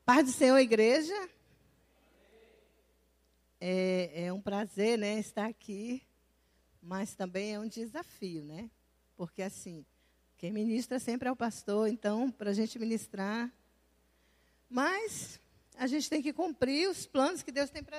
Paz do Senhor, igreja. É um prazer, né, estar aqui, mas também é um desafio, né? Porque, assim, quem ministra sempre é o pastor, então, para a gente ministrar. Mas a gente tem que cumprir os planos que Deus tem para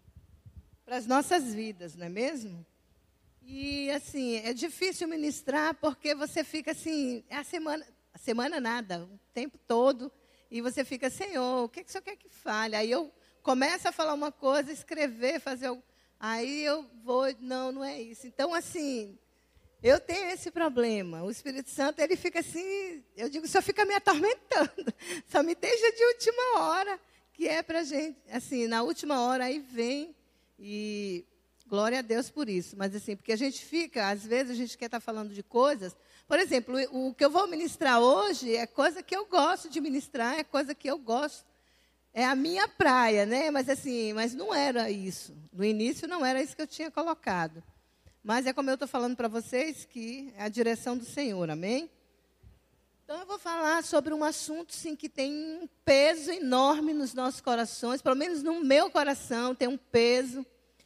as nossas vidas, não é mesmo? E, assim, é difícil ministrar porque você fica, assim, a semana nada, o tempo todo, e você fica, Senhor, o que o Senhor quer que fale? Aí eu começo a falar uma coisa, escrever, fazer algo, aí eu vou, não é isso. Então, assim, eu tenho esse problema. O Espírito Santo, ele fica assim, eu digo, o Senhor fica me atormentando, só me deixa de última hora, que é para a gente, assim, na última hora, aí vem, e glória a Deus por isso. Mas, assim, porque a gente fica, às vezes, a gente quer estar falando de coisas. Por exemplo, o que eu vou ministrar hoje é coisa que eu gosto de ministrar, é coisa que eu gosto. É a minha praia, né? Mas, assim, mas não era isso. No início, não era isso que eu tinha colocado. Mas é como eu estou falando para vocês, que é a direção do Senhor, amém? Então, eu vou falar sobre um assunto, sim, que tem um peso enorme nos nossos corações, pelo menos no meu coração tem um peso.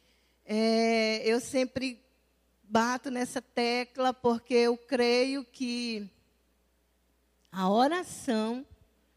Eu sempre bato nessa tecla, porque eu creio que a oração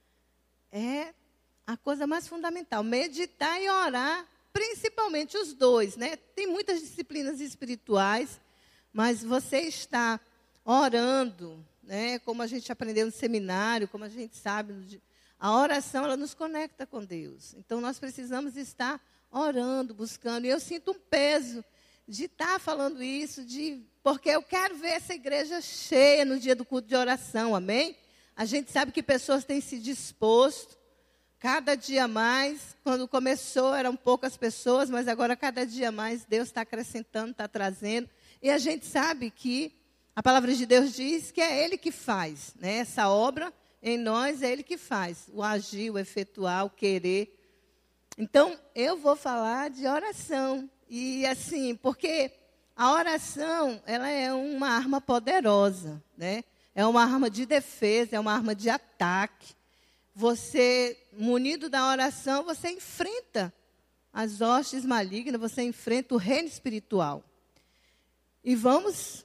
é a coisa mais fundamental. Meditar e orar, principalmente os dois, né? Tem muitas disciplinas espirituais, mas você está orando, né? Como a gente aprendeu no seminário, como a gente sabe, a oração, ela nos conecta com Deus. Então, nós precisamos estar orando, buscando. E eu sinto um peso de estar falando isso, porque eu quero ver essa igreja cheia no dia do culto de oração, amém? A gente sabe que pessoas têm se disposto, cada dia mais. Quando começou eram poucas pessoas, mas agora cada dia mais Deus está acrescentando, está trazendo. E a gente sabe que a palavra de Deus diz que é Ele que faz, né? Essa obra em nós é Ele que faz, o agir, o efetuar, o querer. Então, eu vou falar de oração. E assim, porque a oração, ela é uma arma poderosa, né? É uma arma de defesa, é uma arma de ataque. Você, munido da oração, você enfrenta as hostes malignas, você enfrenta o reino espiritual. E vamos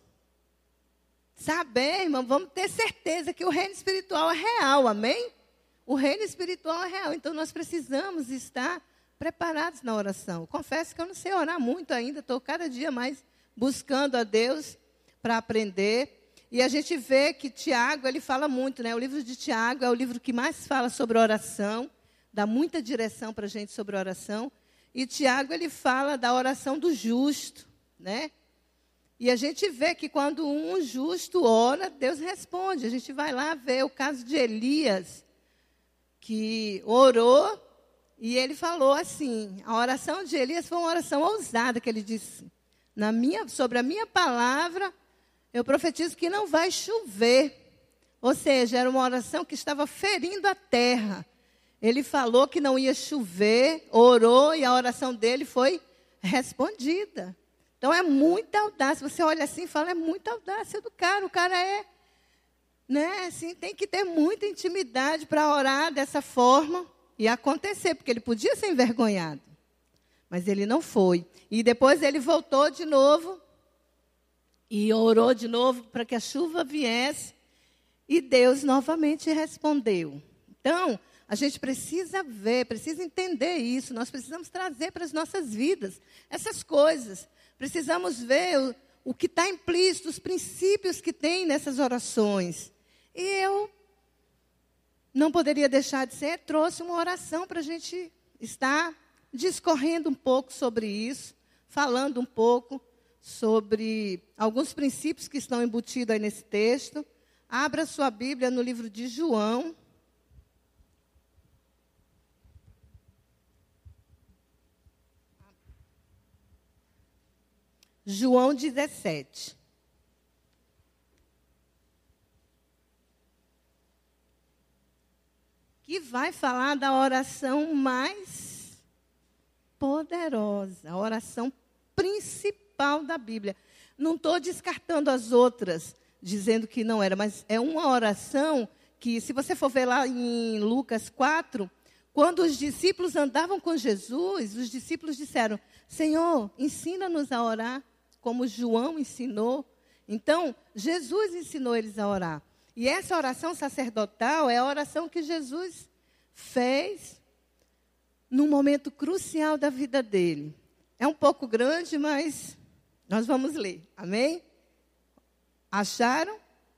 saber, irmão, vamos ter certeza que o reino espiritual é real, amém? O reino espiritual é real, então nós precisamos estar preparados na oração. Confesso que eu não sei orar muito ainda, estou cada dia mais buscando a Deus para aprender. E a gente vê que Tiago, ele fala muito, né? O livro de Tiago é o livro que mais fala sobre oração, dá muita direção para a gente sobre oração. E Tiago, ele fala da oração do justo, né? E a gente vê que quando um justo ora, Deus responde. A gente vai lá ver o caso de Elias, que orou. E ele falou assim, a oração de Elias foi uma oração ousada, que ele disse, sobre a minha palavra, eu profetizo que não vai chover. Ou seja, era uma oração que estava ferindo a terra. Ele falou que não ia chover, orou e a oração dele foi respondida. Então é muita audácia, você olha assim e fala, é muita audácia do cara, o cara é, né, assim, tem que ter muita intimidade para orar dessa forma. E acontecer, porque ele podia ser envergonhado. Mas ele não foi. E depois ele voltou de novo. E orou de novo para que a chuva viesse. E Deus novamente respondeu. Então, a gente precisa ver, precisa entender isso. Nós precisamos trazer para as nossas vidas essas coisas. Precisamos ver o que está implícito, os princípios que tem nessas orações. E eu não poderia deixar de ser, trouxe uma oração para a gente estar discorrendo um pouco sobre isso, falando um pouco sobre alguns princípios que estão embutidos aí nesse texto. Abra sua Bíblia no livro de João. João 17. Que vai falar da oração mais poderosa, a oração principal da Bíblia. Não estou descartando as outras, dizendo que não era, mas é uma oração que, se você for ver lá em Lucas 4, Quando os discípulos andavam com Jesus, os discípulos disseram: Senhor, ensina-nos a orar, como João ensinou. Então, Jesus ensinou eles a orar. E essa oração sacerdotal é a oração que Jesus fez num momento crucial da vida dele. É um pouco grande, mas nós vamos ler. Amém? Acharam?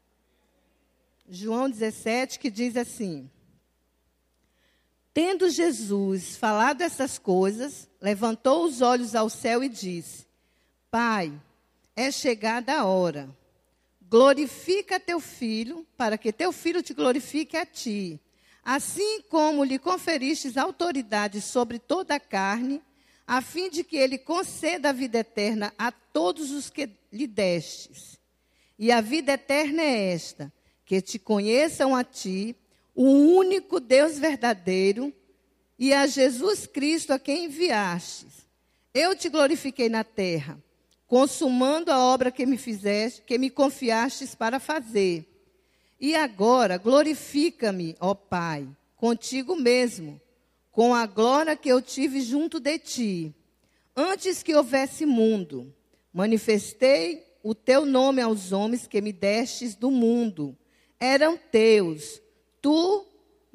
João 17, que diz assim: Tendo Jesus falado essas coisas, levantou os olhos ao céu e disse: Pai, é chegada a hora. Glorifica teu filho, para que teu filho te glorifique a ti. Assim como lhe conferistes autoridade sobre toda a carne, a fim de que ele conceda a vida eterna a todos os que lhe destes. E a vida eterna é esta: que te conheçam a ti, o único Deus verdadeiro, e a Jesus Cristo a quem enviastes. Eu te glorifiquei na terra, consumando a obra que me fizeste, que me confiastes para fazer. E agora glorifica-me, ó Pai, contigo mesmo, com a glória que eu tive junto de ti. Antes que houvesse mundo, manifestei o teu nome aos homens que me destes do mundo. Eram teus, tu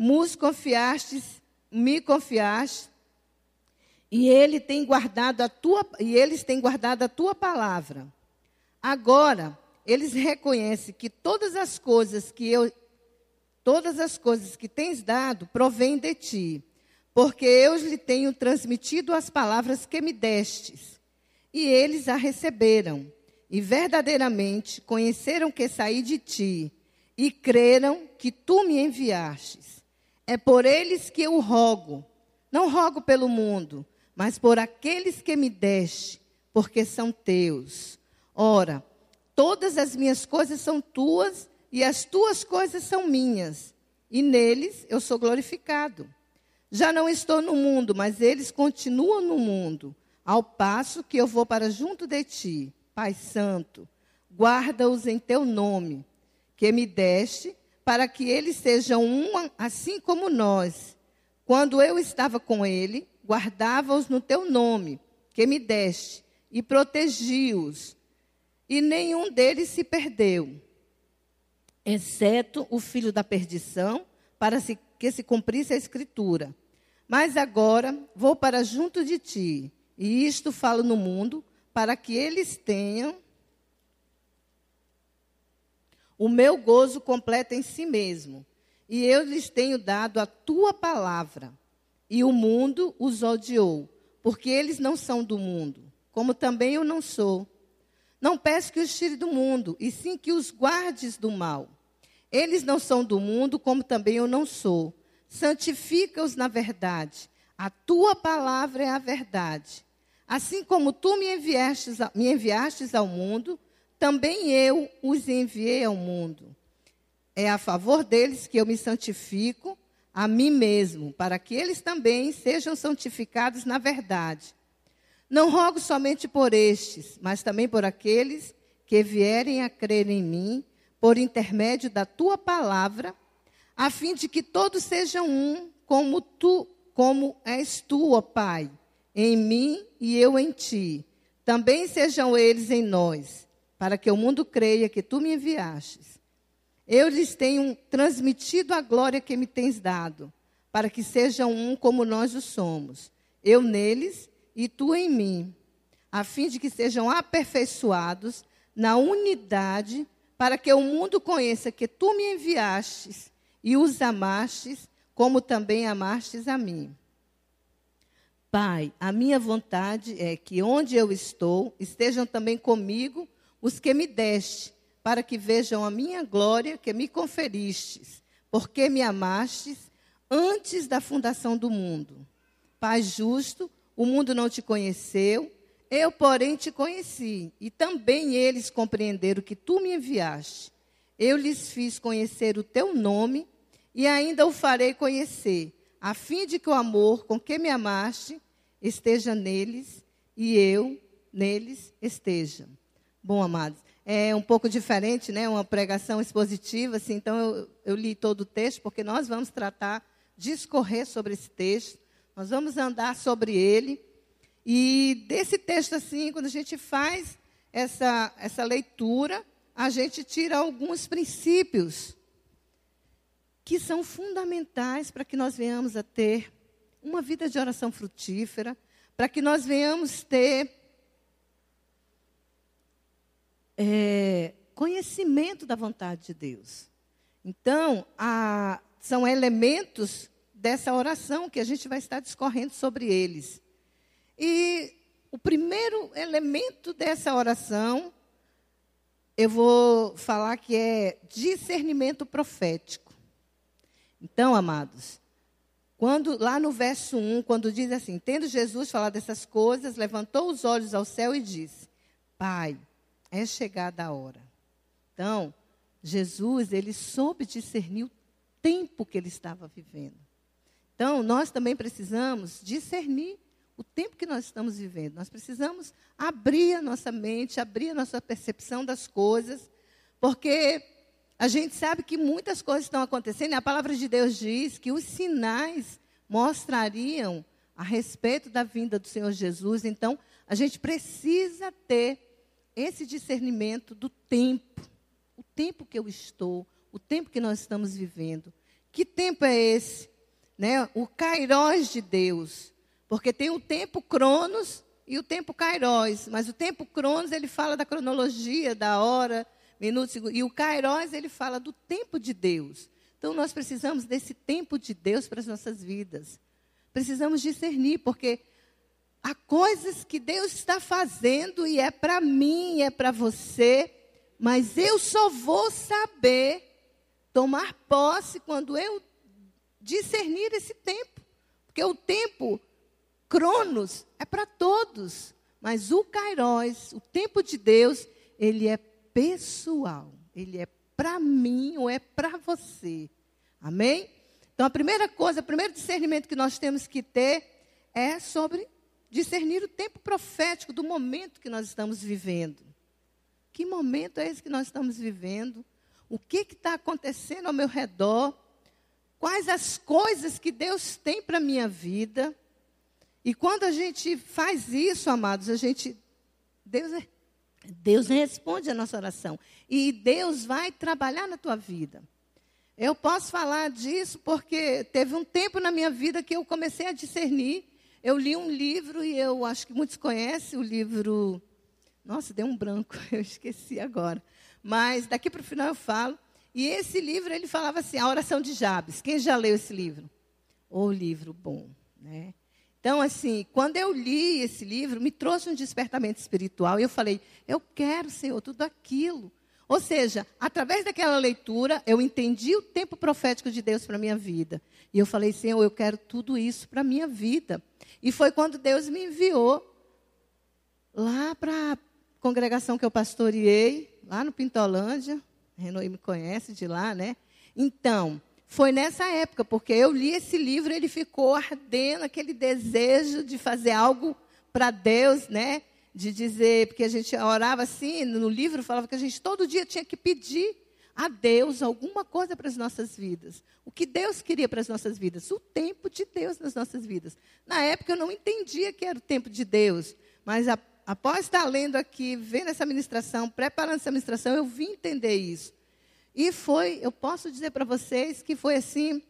me confiaste, e eles têm guardado a tua palavra. Agora, eles reconhecem que todas as coisas que tens dado provêm de ti, porque eu lhe tenho transmitido as palavras que me destes, e eles a receberam, e verdadeiramente conheceram que saí de ti, e creram que tu me enviastes. É por eles que eu rogo, não rogo pelo mundo, mas por aqueles que me deste, porque são teus. Ora, todas as minhas coisas são tuas, e as tuas coisas são minhas, e neles eu sou glorificado. Já não estou no mundo, mas eles continuam no mundo, ao passo que eu vou para junto de ti. Pai Santo, guarda-os em teu nome, que me deste, para que eles sejam um, assim como nós. Quando eu estava com ele, guardava-os no teu nome, que me deste, e protegi-os. E nenhum deles se perdeu, exceto o filho da perdição, para que se cumprisse a Escritura. Mas agora vou para junto de ti, e isto falo no mundo, para que eles tenham o meu gozo completo em si mesmo. E eu lhes tenho dado a tua palavra, e o mundo os odiou, porque eles não são do mundo, como também eu não sou. Não peço que os tire do mundo, e sim que os guardes do mal. Eles não são do mundo, como também eu não sou. Santifica-os na verdade. A tua palavra é a verdade. Assim como tu me enviastes ao mundo, também eu os enviei ao mundo. É a favor deles que eu me santifico a mim mesmo, para que eles também sejam santificados na verdade. Não rogo somente por estes, mas também por aqueles que vierem a crer em mim, por intermédio da tua palavra, a fim de que todos sejam um, como és tu, ó Pai, em mim e eu em ti. Também sejam eles em nós, para que o mundo creia que tu me enviastes. Eu lhes tenho transmitido a glória que me tens dado, para que sejam um como nós o somos. Eu neles e tu em mim, a fim de que sejam aperfeiçoados na unidade, para que o mundo conheça que tu me enviastes e os amastes, como também amastes a mim. Pai, a minha vontade é que onde eu estou, estejam também comigo os que me deste, para que vejam a minha glória que me conferistes, porque me amastes antes da fundação do mundo. Pai justo, o mundo não te conheceu, eu, porém, te conheci, e também eles compreenderam que tu me enviaste. Eu lhes fiz conhecer o teu nome, e ainda o farei conhecer, a fim de que o amor com que me amaste esteja neles, e eu neles esteja. Bom, amados, é um pouco diferente, né? Uma pregação expositiva, assim, então eu li todo o texto, porque nós vamos tratar discorrer sobre esse texto, nós vamos andar sobre ele. E desse texto, assim, quando a gente faz essa leitura, a gente tira alguns princípios que são fundamentais para que nós venhamos a ter uma vida de oração frutífera, para que nós venhamos ter conhecimento da vontade de Deus. Então, são elementos dessa oração que a gente vai estar discorrendo sobre eles. E o primeiro elemento dessa oração, eu vou falar que é discernimento profético. Então, amados, lá no verso 1, quando diz assim, tendo Jesus falado dessas coisas, levantou os olhos ao céu e disse, Pai, é chegada a hora. Então, Jesus, ele soube discernir o tempo que ele estava vivendo. Então, nós também precisamos discernir o tempo que nós estamos vivendo. Nós precisamos abrir a nossa mente, abrir a nossa percepção das coisas, porque a gente sabe que muitas coisas estão acontecendo, e a palavra de Deus diz que os sinais mostrariam a respeito da vinda do Senhor Jesus. Então, a gente precisa ter esse discernimento do tempo, o tempo que eu estou, o tempo que nós estamos vivendo. Que tempo é esse? Né? O Kairos de Deus. Porque tem o tempo Cronos e o tempo Kairos. Mas o tempo Cronos, ele fala da cronologia, da hora, minuto, segundo. E o Kairos, ele fala do tempo de Deus. Então, nós precisamos desse tempo de Deus para as nossas vidas. Precisamos discernir, porque há coisas que Deus está fazendo e é para mim, é para você, mas eu só vou saber tomar posse quando eu discernir esse tempo. Porque o tempo Cronos é para todos, mas o Kairos, o tempo de Deus, ele é pessoal. Ele é para mim ou é para você. Amém? Então, a primeira coisa, o primeiro discernimento que nós temos que ter é sobre discernir o tempo profético do momento que nós estamos vivendo. Que momento é esse que nós estamos vivendo? O que está acontecendo ao meu redor? Quais as coisas que Deus tem para a minha vida? E quando a gente faz isso, amados, Deus responde a nossa oração. E Deus vai trabalhar na tua vida. Eu posso falar disso porque teve um tempo na minha vida que eu comecei a discernir. Eu li um livro, e eu acho que muitos conhecem o livro. Nossa, deu um branco, eu esqueci agora. Mas daqui para o final eu falo. E esse livro, ele falava assim, a oração de Jabes. Quem já leu esse livro? O livro bom, né? Então, assim, quando eu li esse livro, me trouxe um despertamento espiritual. E eu falei, eu quero, Senhor, tudo aquilo. Ou seja, através daquela leitura, eu entendi o tempo profético de Deus para a minha vida. E eu falei, Senhor, eu quero tudo isso para a minha vida. E foi quando Deus me enviou lá para a congregação que eu pastoreei, lá no Pintolândia. Renoí me conhece de lá, né? Então, foi nessa época, porque eu li esse livro, ele ficou ardendo, aquele desejo de fazer algo para Deus, né? De dizer, porque a gente orava assim, no livro falava que a gente todo dia tinha que pedir a Deus alguma coisa para as nossas vidas. O que Deus queria para as nossas vidas, o tempo de Deus nas nossas vidas. Na época eu não entendia que era o tempo de Deus, mas após estar lendo aqui, vendo essa ministração, preparando essa ministração, eu vim entender isso. E eu posso dizer para vocês que foi assim,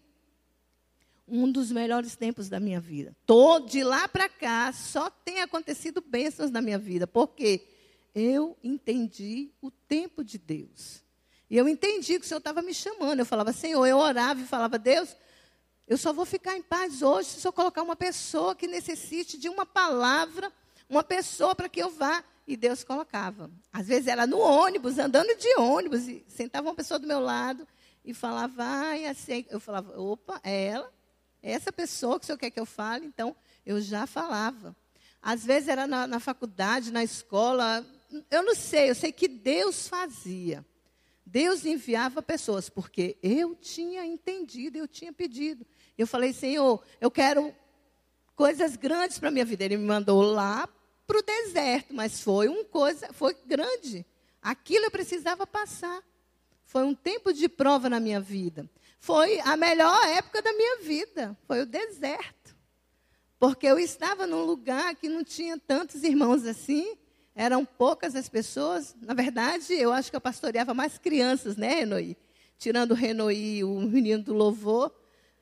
um dos melhores tempos da minha vida. De lá para cá, só tem acontecido bênçãos na minha vida, porque eu entendi o tempo de Deus. E eu entendi que o Senhor estava me chamando. Eu falava, Senhor, eu orava e falava, Deus, eu só vou ficar em paz hoje se o Senhor colocar uma pessoa que necessite de uma palavra, uma pessoa para que eu vá. E Deus colocava. Às vezes era no ônibus, andando de ônibus, e sentava uma pessoa do meu lado e falava, assim. Eu falava, opa, é ela? É essa pessoa que o Senhor quer que eu fale? Então, eu já falava. Às vezes era na faculdade, na escola, eu não sei, eu sei que Deus fazia. Deus enviava pessoas, porque eu tinha entendido, eu tinha pedido. Eu falei, Senhor, eu quero coisas grandes para a minha vida. Ele me mandou lá para o deserto, mas foi grande. Aquilo eu precisava passar. Foi um tempo de prova na minha vida. foi a melhor época da minha vida, foi o deserto. Porque eu estava num lugar que não tinha tantos irmãos assim, eram poucas as pessoas. Na verdade, eu acho que eu pastoreava mais crianças, né, Renoí? Tirando o Renoí, o menino do louvor,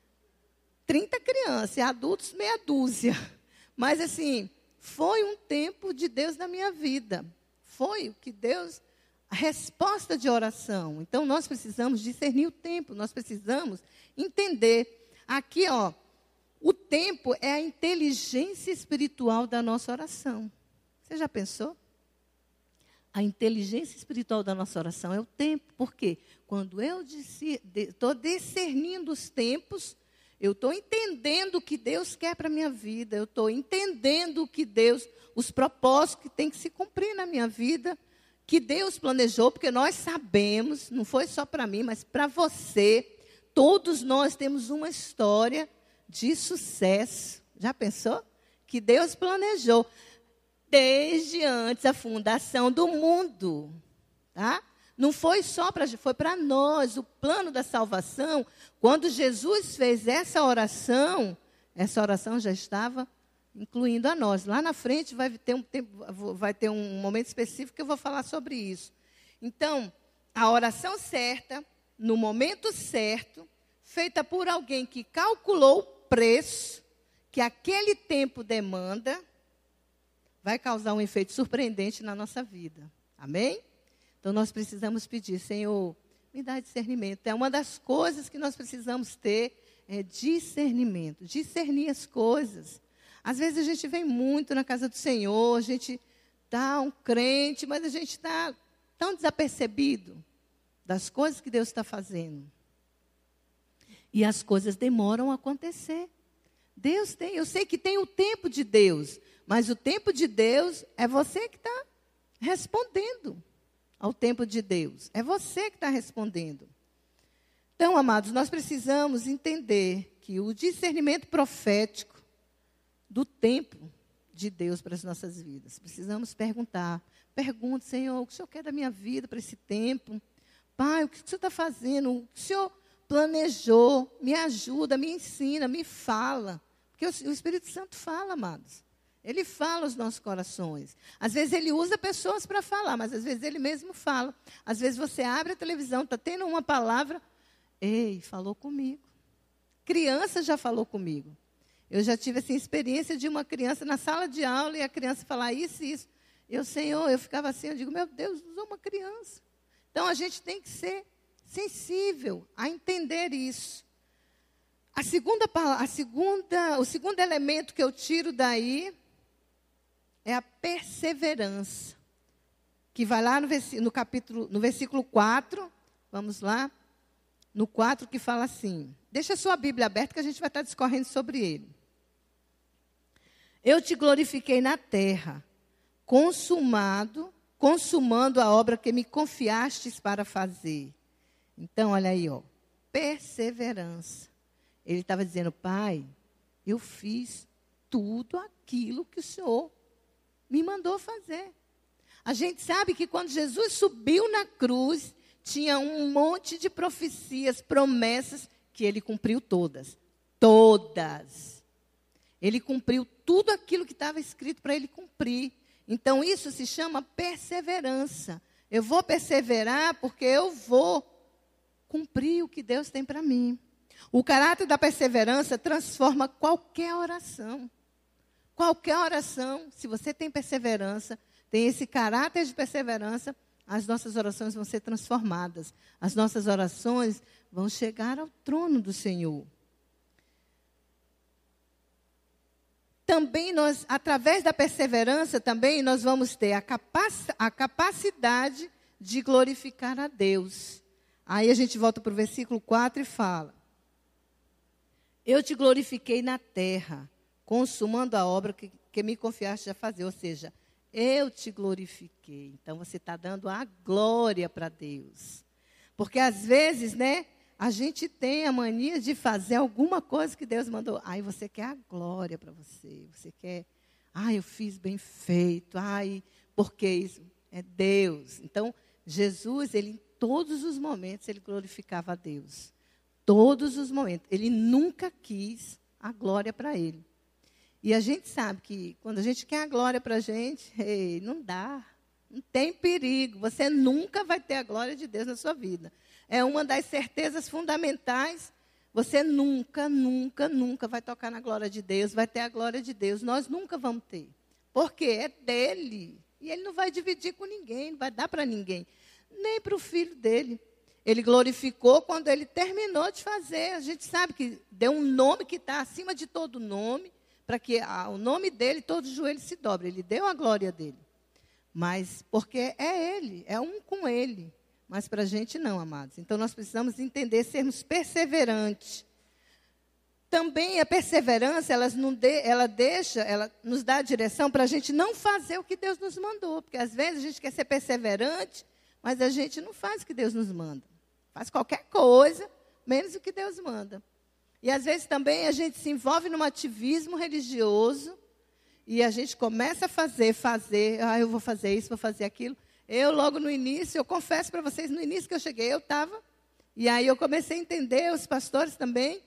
30 crianças, e adultos meia dúzia. Mas assim, foi um tempo de Deus na minha vida. Foi o que Deus, a resposta de oração. Então, nós precisamos discernir o tempo, nós precisamos entender. Aqui, ó, o tempo é a inteligência espiritual da nossa oração. Você já pensou? A inteligência espiritual da nossa oração é o tempo. Por quê? Quando eu estou discernindo os tempos, eu estou entendendo o que Deus quer para a minha vida, eu estou entendendo o que Deus, os propósitos que tem que se cumprir na minha vida, que Deus planejou, porque nós sabemos, não foi só para mim, mas para você, todos nós temos uma história de sucesso. Já pensou? Que Deus planejou desde antes da fundação do mundo, tá? Não foi só para, foi para nós, o plano da salvação. Quando Jesus fez essa oração já estava incluindo a nós. Lá na frente vai ter um momento específico que eu vou falar sobre isso. Então, a oração certa, no momento certo, feita por alguém que calculou o preço que aquele tempo demanda, vai causar um efeito surpreendente na nossa vida. Amém? Então, nós precisamos pedir, Senhor, me dá discernimento. É uma das coisas que nós precisamos ter, é discernimento. Discernir as coisas. Às vezes, a gente vem muito na casa do Senhor, a gente está um crente, mas a gente está tão desapercebido das coisas que Deus está fazendo. E as coisas demoram a acontecer. Deus tem, eu sei que tem o tempo de Deus, mas o tempo de Deus é você que está respondendo ao tempo de Deus. É você que está respondendo. Então, amados, nós precisamos entender que o discernimento profético do tempo de Deus para as nossas vidas. Precisamos perguntar. Pergunte, Senhor, o que o Senhor quer da minha vida para esse tempo? Pai, o que o Senhor está fazendo? O que o Senhor planejou? Me ajuda, me ensina, me fala. Porque o Espírito Santo fala, amados. Ele fala aos nossos corações. Às vezes ele usa pessoas para falar, mas às vezes ele mesmo fala. Às vezes você abre a televisão, está tendo uma palavra, ei, falou comigo. Criança já falou comigo. Eu já tive essa experiência de uma criança na sala de aula e a criança falar isso e isso. Eu ficava assim, eu digo, meu Deus, usou uma criança. Então a gente tem que ser sensível a entender isso. O segundo elemento que eu tiro daí é a perseverança, que vai lá no versículo 4, vamos lá, no 4 que fala assim, deixa a sua Bíblia aberta que a gente vai estar discorrendo sobre ele. Eu te glorifiquei na terra, consumando a obra que me confiastes para fazer. Então, olha aí, ó, perseverança. Ele estava dizendo, Pai, eu fiz tudo aquilo que o Senhor me mandou fazer. A gente sabe que quando Jesus subiu na cruz, tinha um monte de profecias, promessas, que ele cumpriu todas. Todas. Ele cumpriu tudo aquilo que estava escrito para ele cumprir. Então, isso se chama perseverança. Eu vou perseverar porque eu vou cumprir o que Deus tem para mim. O caráter da perseverança transforma qualquer oração. Qualquer oração, se você tem perseverança, tem esse caráter de perseverança, as nossas orações vão ser transformadas. As nossas orações vão chegar ao trono do Senhor. Também nós, através da perseverança, também nós vamos ter a capacidade de glorificar a Deus. Aí a gente volta para o versículo 4 e fala, eu te glorifiquei na terra, consumando a obra que me confiaste a fazer. Ou seja, eu te glorifiquei. Então, você está dando a glória para Deus. Porque, às vezes, né, a gente tem a mania de fazer alguma coisa que Deus mandou. Aí você quer a glória para você. Você quer, eu fiz bem feito. Porque isso é Deus. Então, Jesus, ele em todos os momentos, ele glorificava a Deus. todos os momentos. Ele nunca quis a glória para ele. E a gente sabe que quando a gente quer a glória para a gente, ei, não dá. Não tem perigo. Você nunca vai ter a glória de Deus na sua vida. É uma das certezas fundamentais. Você nunca, nunca, nunca vai tocar na glória de Deus, vai ter a glória de Deus. Nós nunca vamos ter. Porque é dele. E ele não vai dividir com ninguém, não vai dar para ninguém. Nem para o filho dele. Ele glorificou quando ele terminou de fazer. A gente sabe que deu um nome que está acima de todo nome, para que o nome dele, todo joelho se dobre. Ele deu a glória dele. Mas porque é ele, é um com ele. Mas para a gente não, amados. Então nós precisamos entender, sermos perseverantes. Também a perseverança, ela nos dá a direção para a gente não fazer o que Deus nos mandou. Porque às vezes a gente quer ser perseverante, mas a gente não faz o que Deus nos manda. Faz qualquer coisa, menos o que Deus manda. E às vezes também a gente se envolve num ativismo religioso e a gente começa a fazer, eu vou fazer isso, vou fazer aquilo. Eu logo no início, eu confesso para vocês, no início que eu cheguei, eu estava, e aí eu comecei a entender, os pastores também,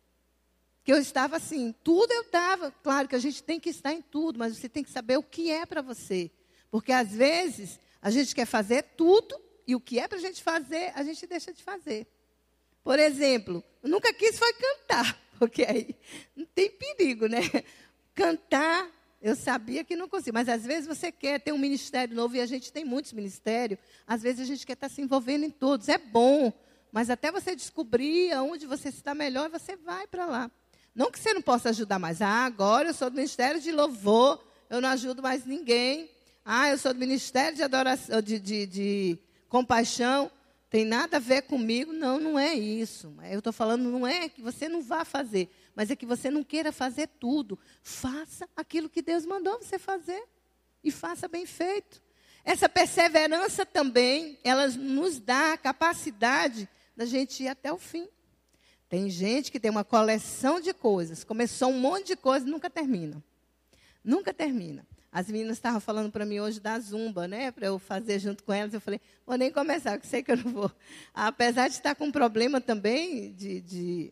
que eu estava assim, tudo eu estava. Claro que a gente tem que estar em tudo, mas você tem que saber o que é para você. Porque às vezes a gente quer fazer tudo, e o que é para a gente fazer, a gente deixa de fazer. Por exemplo, eu nunca quis foi cantar, porque aí não tem perigo, né? Cantar, eu sabia que não consigo, mas às vezes você quer ter um ministério novo, e a gente tem muitos ministérios, às vezes a gente quer estar se envolvendo em todos, é bom, mas até você descobrir aonde você está melhor, você vai para lá. Não que você não possa ajudar mais. Agora eu sou do ministério de louvor, eu não ajudo mais ninguém. Eu sou do ministério de adoração, de compaixão, tem nada a ver comigo. Não, não é isso. Eu estou falando, não é que você não vá fazer, mas é que você não queira fazer tudo. Faça aquilo que Deus mandou você fazer. E faça bem feito. Essa perseverança também, ela nos dá a capacidade da gente ir até o fim. Tem gente que tem uma coleção de coisas, começou um monte de coisa e nunca termina. Nunca termina. As meninas estavam falando para mim hoje da Zumba, né? Para eu fazer junto com elas. Eu falei, vou nem começar, porque sei que eu não vou. Apesar de estar com um problema também de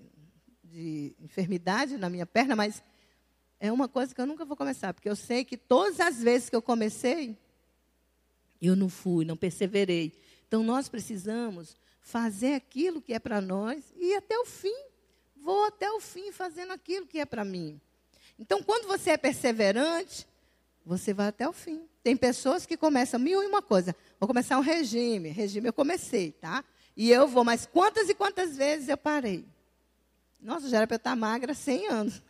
enfermidade na minha perna, mas é uma coisa que eu nunca vou começar. Porque eu sei que todas as vezes que eu comecei, eu não fui, não perseverei. Então, nós precisamos fazer aquilo que é para nós e ir até o fim. Vou até o fim fazendo aquilo que é para mim. Então, quando você é perseverante, você vai até o fim. Tem pessoas que começam 1001 coisa. Vou começar um regime. Regime eu comecei, tá? E eu vou, mas quantas e quantas vezes eu parei? Nossa, já era para eu estar magra há 100 anos.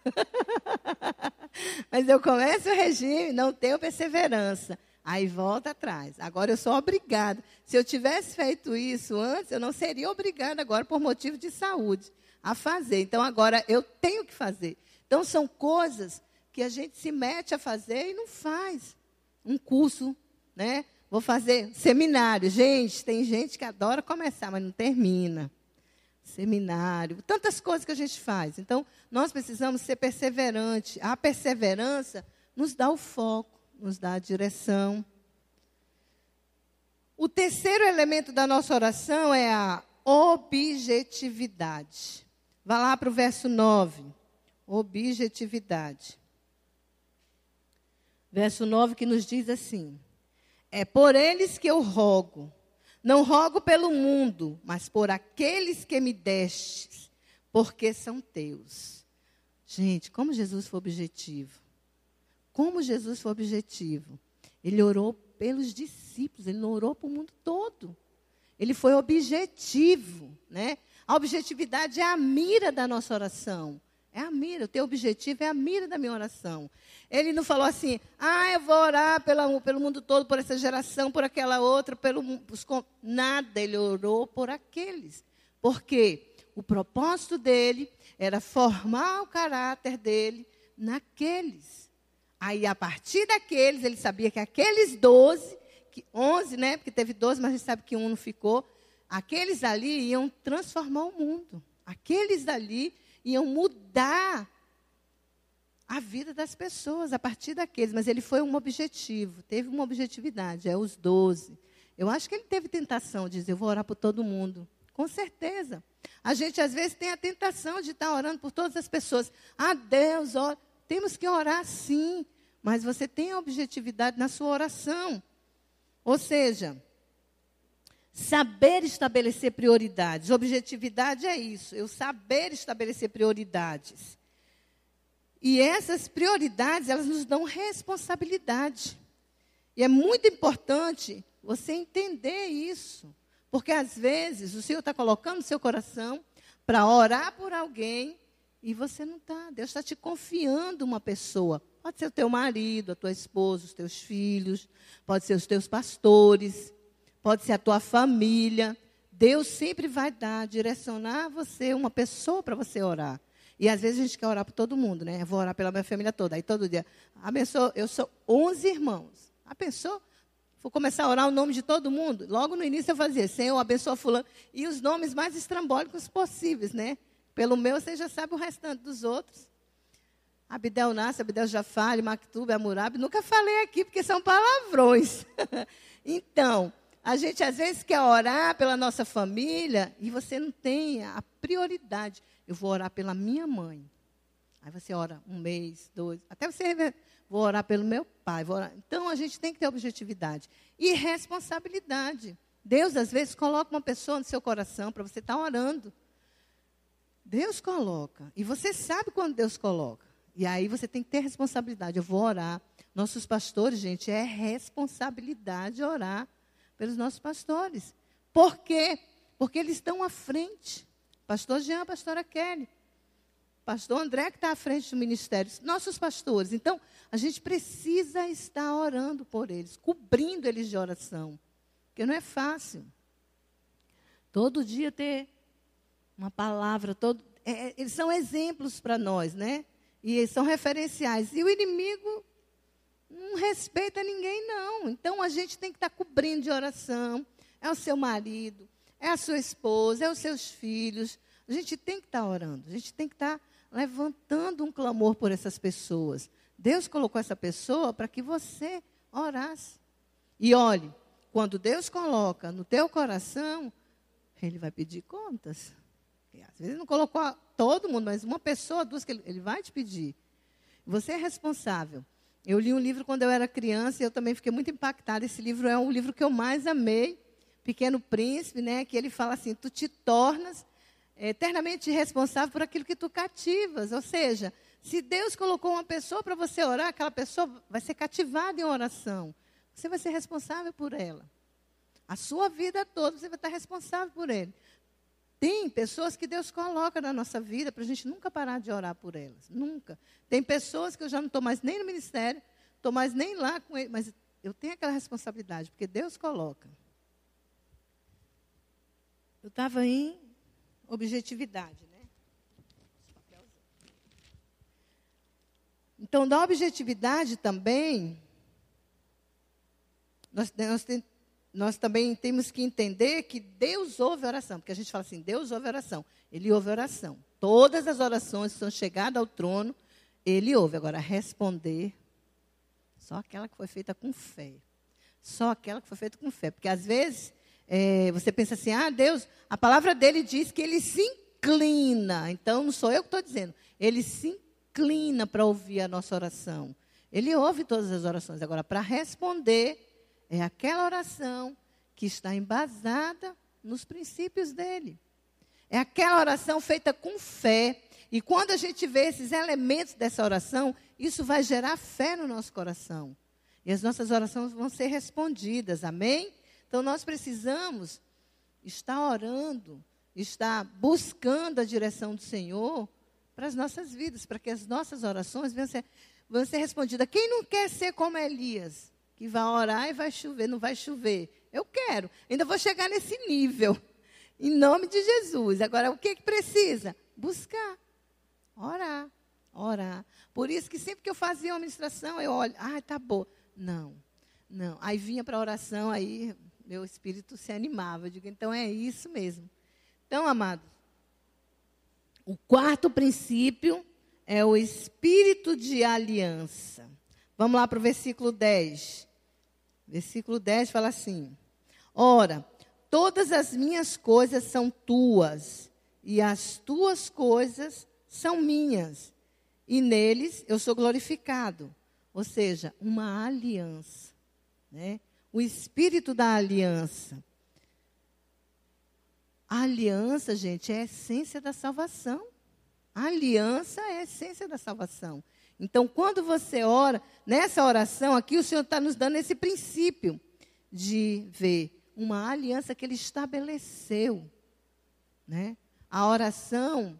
Mas eu começo o regime, não tenho perseverança. Aí volta atrás. Agora eu sou obrigada. Se eu tivesse feito isso antes, eu não seria obrigada agora por motivo de saúde a fazer. Então agora eu tenho que fazer. Então são coisas que a gente se mete a fazer e não faz. Um curso, né? Vou fazer seminário. Gente, tem gente que adora começar, mas não termina. Seminário, tantas coisas que a gente faz. Então, nós precisamos ser perseverantes. A perseverança nos dá o foco, nos dá a direção. O terceiro elemento da nossa oração é a objetividade. Vá lá para o verso 9. Objetividade. Verso 9 que nos diz assim: é por eles que eu rogo. Não rogo pelo mundo, mas por aqueles que me destes, porque são teus. Gente, como Jesus foi objetivo. Como Jesus foi objetivo. Ele orou pelos discípulos, ele não orou para o mundo todo. Ele foi objetivo, né? A objetividade é a mira da nossa oração. É a mira, o teu objetivo é a mira da minha oração. Ele não falou assim, eu vou orar pelo mundo todo, por essa geração, por aquela outra, nada. Ele orou por aqueles. Porque o propósito dele era formar o caráter dele naqueles. Aí, a partir daqueles, ele sabia que aqueles 11, né? Porque teve 12, mas a gente sabe que um não ficou. Aqueles ali iam transformar o mundo. Aqueles ali iam mudar a vida das pessoas a partir daqueles. Mas ele foi um objetivo, teve uma objetividade, os 12. Eu acho que ele teve tentação de dizer, eu vou orar por todo mundo. Com certeza. A gente, às vezes, tem a tentação de estar orando por todas as pessoas. Ah, Deus, temos que orar sim, mas você tem a objetividade na sua oração. Ou seja, saber estabelecer prioridades. Objetividade é isso, eu saber estabelecer prioridades. E essas prioridades, elas nos dão responsabilidade. E é muito importante você entender isso. Porque, às vezes, o Senhor está colocando no seu coração para orar por alguém e você não está. Deus está te confiando uma pessoa. Pode ser o teu marido, a tua esposa, os teus filhos, pode ser os teus pastores, pode ser a tua família. Deus sempre vai direcionar você, uma pessoa para você orar. E, às vezes, a gente quer orar por todo mundo, né? Eu vou orar pela minha família toda. Aí, todo dia, abençoa, eu sou 11 irmãos. A pessoa... Vou começar a orar o nome de todo mundo. Logo no início eu fazia, Senhor, abençoa fulano. E os nomes mais estrambólicos possíveis, né? Pelo meu, você já sabe o restante dos outros. Abdel Nasser, Abdel Jafar, Mactub, Hammurabi. Nunca falei aqui, porque são palavrões. Então, a gente às vezes quer orar pela nossa família e você não tem a prioridade. Eu vou orar pela minha mãe. Aí você ora 1 mês, 2, até você... Vou orar pelo meu pai. Então, a gente tem que ter objetividade. E responsabilidade. Deus, às vezes, coloca uma pessoa no seu coração para você estar orando. Deus coloca. E você sabe quando Deus coloca. E aí você tem que ter responsabilidade. Eu vou orar. Nossos pastores, gente, é responsabilidade orar pelos nossos pastores. Por quê? Porque eles estão à frente. Pastor Jean, pastora Kelly. Pastor André, que está à frente do ministério. Nossos pastores. Então, a gente precisa estar orando por eles, cobrindo eles de oração. Porque não é fácil. Todo dia ter uma palavra. Eles são exemplos para nós, né? E são referenciais. E o inimigo não respeita ninguém, não. Então, a gente tem que estar cobrindo de oração. É o seu marido, é a sua esposa, é os seus filhos. A gente tem que estar orando. A gente tem que estar levantando um clamor por essas pessoas. Deus colocou essa pessoa para que você orasse. E olhe, quando Deus coloca no teu coração, Ele vai pedir contas. E, às vezes não colocou todo mundo, mas uma pessoa, duas, que Ele vai te pedir. Você é responsável. Eu li um livro quando eu era criança e eu também fiquei muito impactada. Esse livro é um livro que eu mais amei, Pequeno Príncipe, né? Que ele fala assim, tu te tornas eternamente responsável por aquilo que tu cativas. Ou seja, se Deus colocou uma pessoa para você orar, aquela pessoa vai ser cativada em oração. Você vai ser responsável por ela. A sua vida toda você vai estar responsável por ele. Tem pessoas que Deus coloca na nossa vida para a gente nunca parar de orar por elas. Nunca. Tem pessoas que eu já não estou mais nem no ministério, estou mais nem lá com ele, mas eu tenho aquela responsabilidade, porque Deus coloca. Eu estava em objetividade, né? Então, da objetividade também, nós também temos que entender que Deus ouve a oração. Porque a gente fala assim, Deus ouve a oração. Ele ouve a oração. Todas as orações que são chegadas ao trono, Ele ouve. Agora, responder, só aquela que foi feita com fé. Só aquela que foi feita com fé. Porque, às vezes, você pensa assim, Deus, a palavra dele diz que Ele se inclina. Então, não sou eu que estou dizendo. Ele se inclina para ouvir a nossa oração. Ele ouve todas as orações. Agora, para responder, é aquela oração que está embasada nos princípios dele. É aquela oração feita com fé. E quando a gente vê esses elementos dessa oração, isso vai gerar fé no nosso coração. E as nossas orações vão ser respondidas. Amém? Então, nós precisamos estar orando, estar buscando a direção do Senhor para as nossas vidas, para que as nossas orações vão ser respondidas. Quem não quer ser como Elias, que vai orar e vai chover, não vai chover? Eu quero, ainda vou chegar nesse nível, em nome de Jesus. Agora, o que precisa? Buscar, orar. Por isso que sempre que eu fazia uma ministração, eu olho, tá bom. Não. Aí vinha para a oração, aí meu espírito se animava. Eu digo, então é isso mesmo. Então, amados, o quarto princípio é o espírito de aliança. Vamos lá para o versículo 10. Versículo 10 fala assim: ora, todas as minhas coisas são tuas, e as tuas coisas são minhas, e neles eu sou glorificado. Ou seja, uma aliança, né? O espírito da aliança. A aliança, gente, é a essência da salvação. A aliança é a essência da salvação. Então, quando você ora, nessa oração aqui, o Senhor está nos dando esse princípio de ver uma aliança que Ele estabeleceu, né? A oração,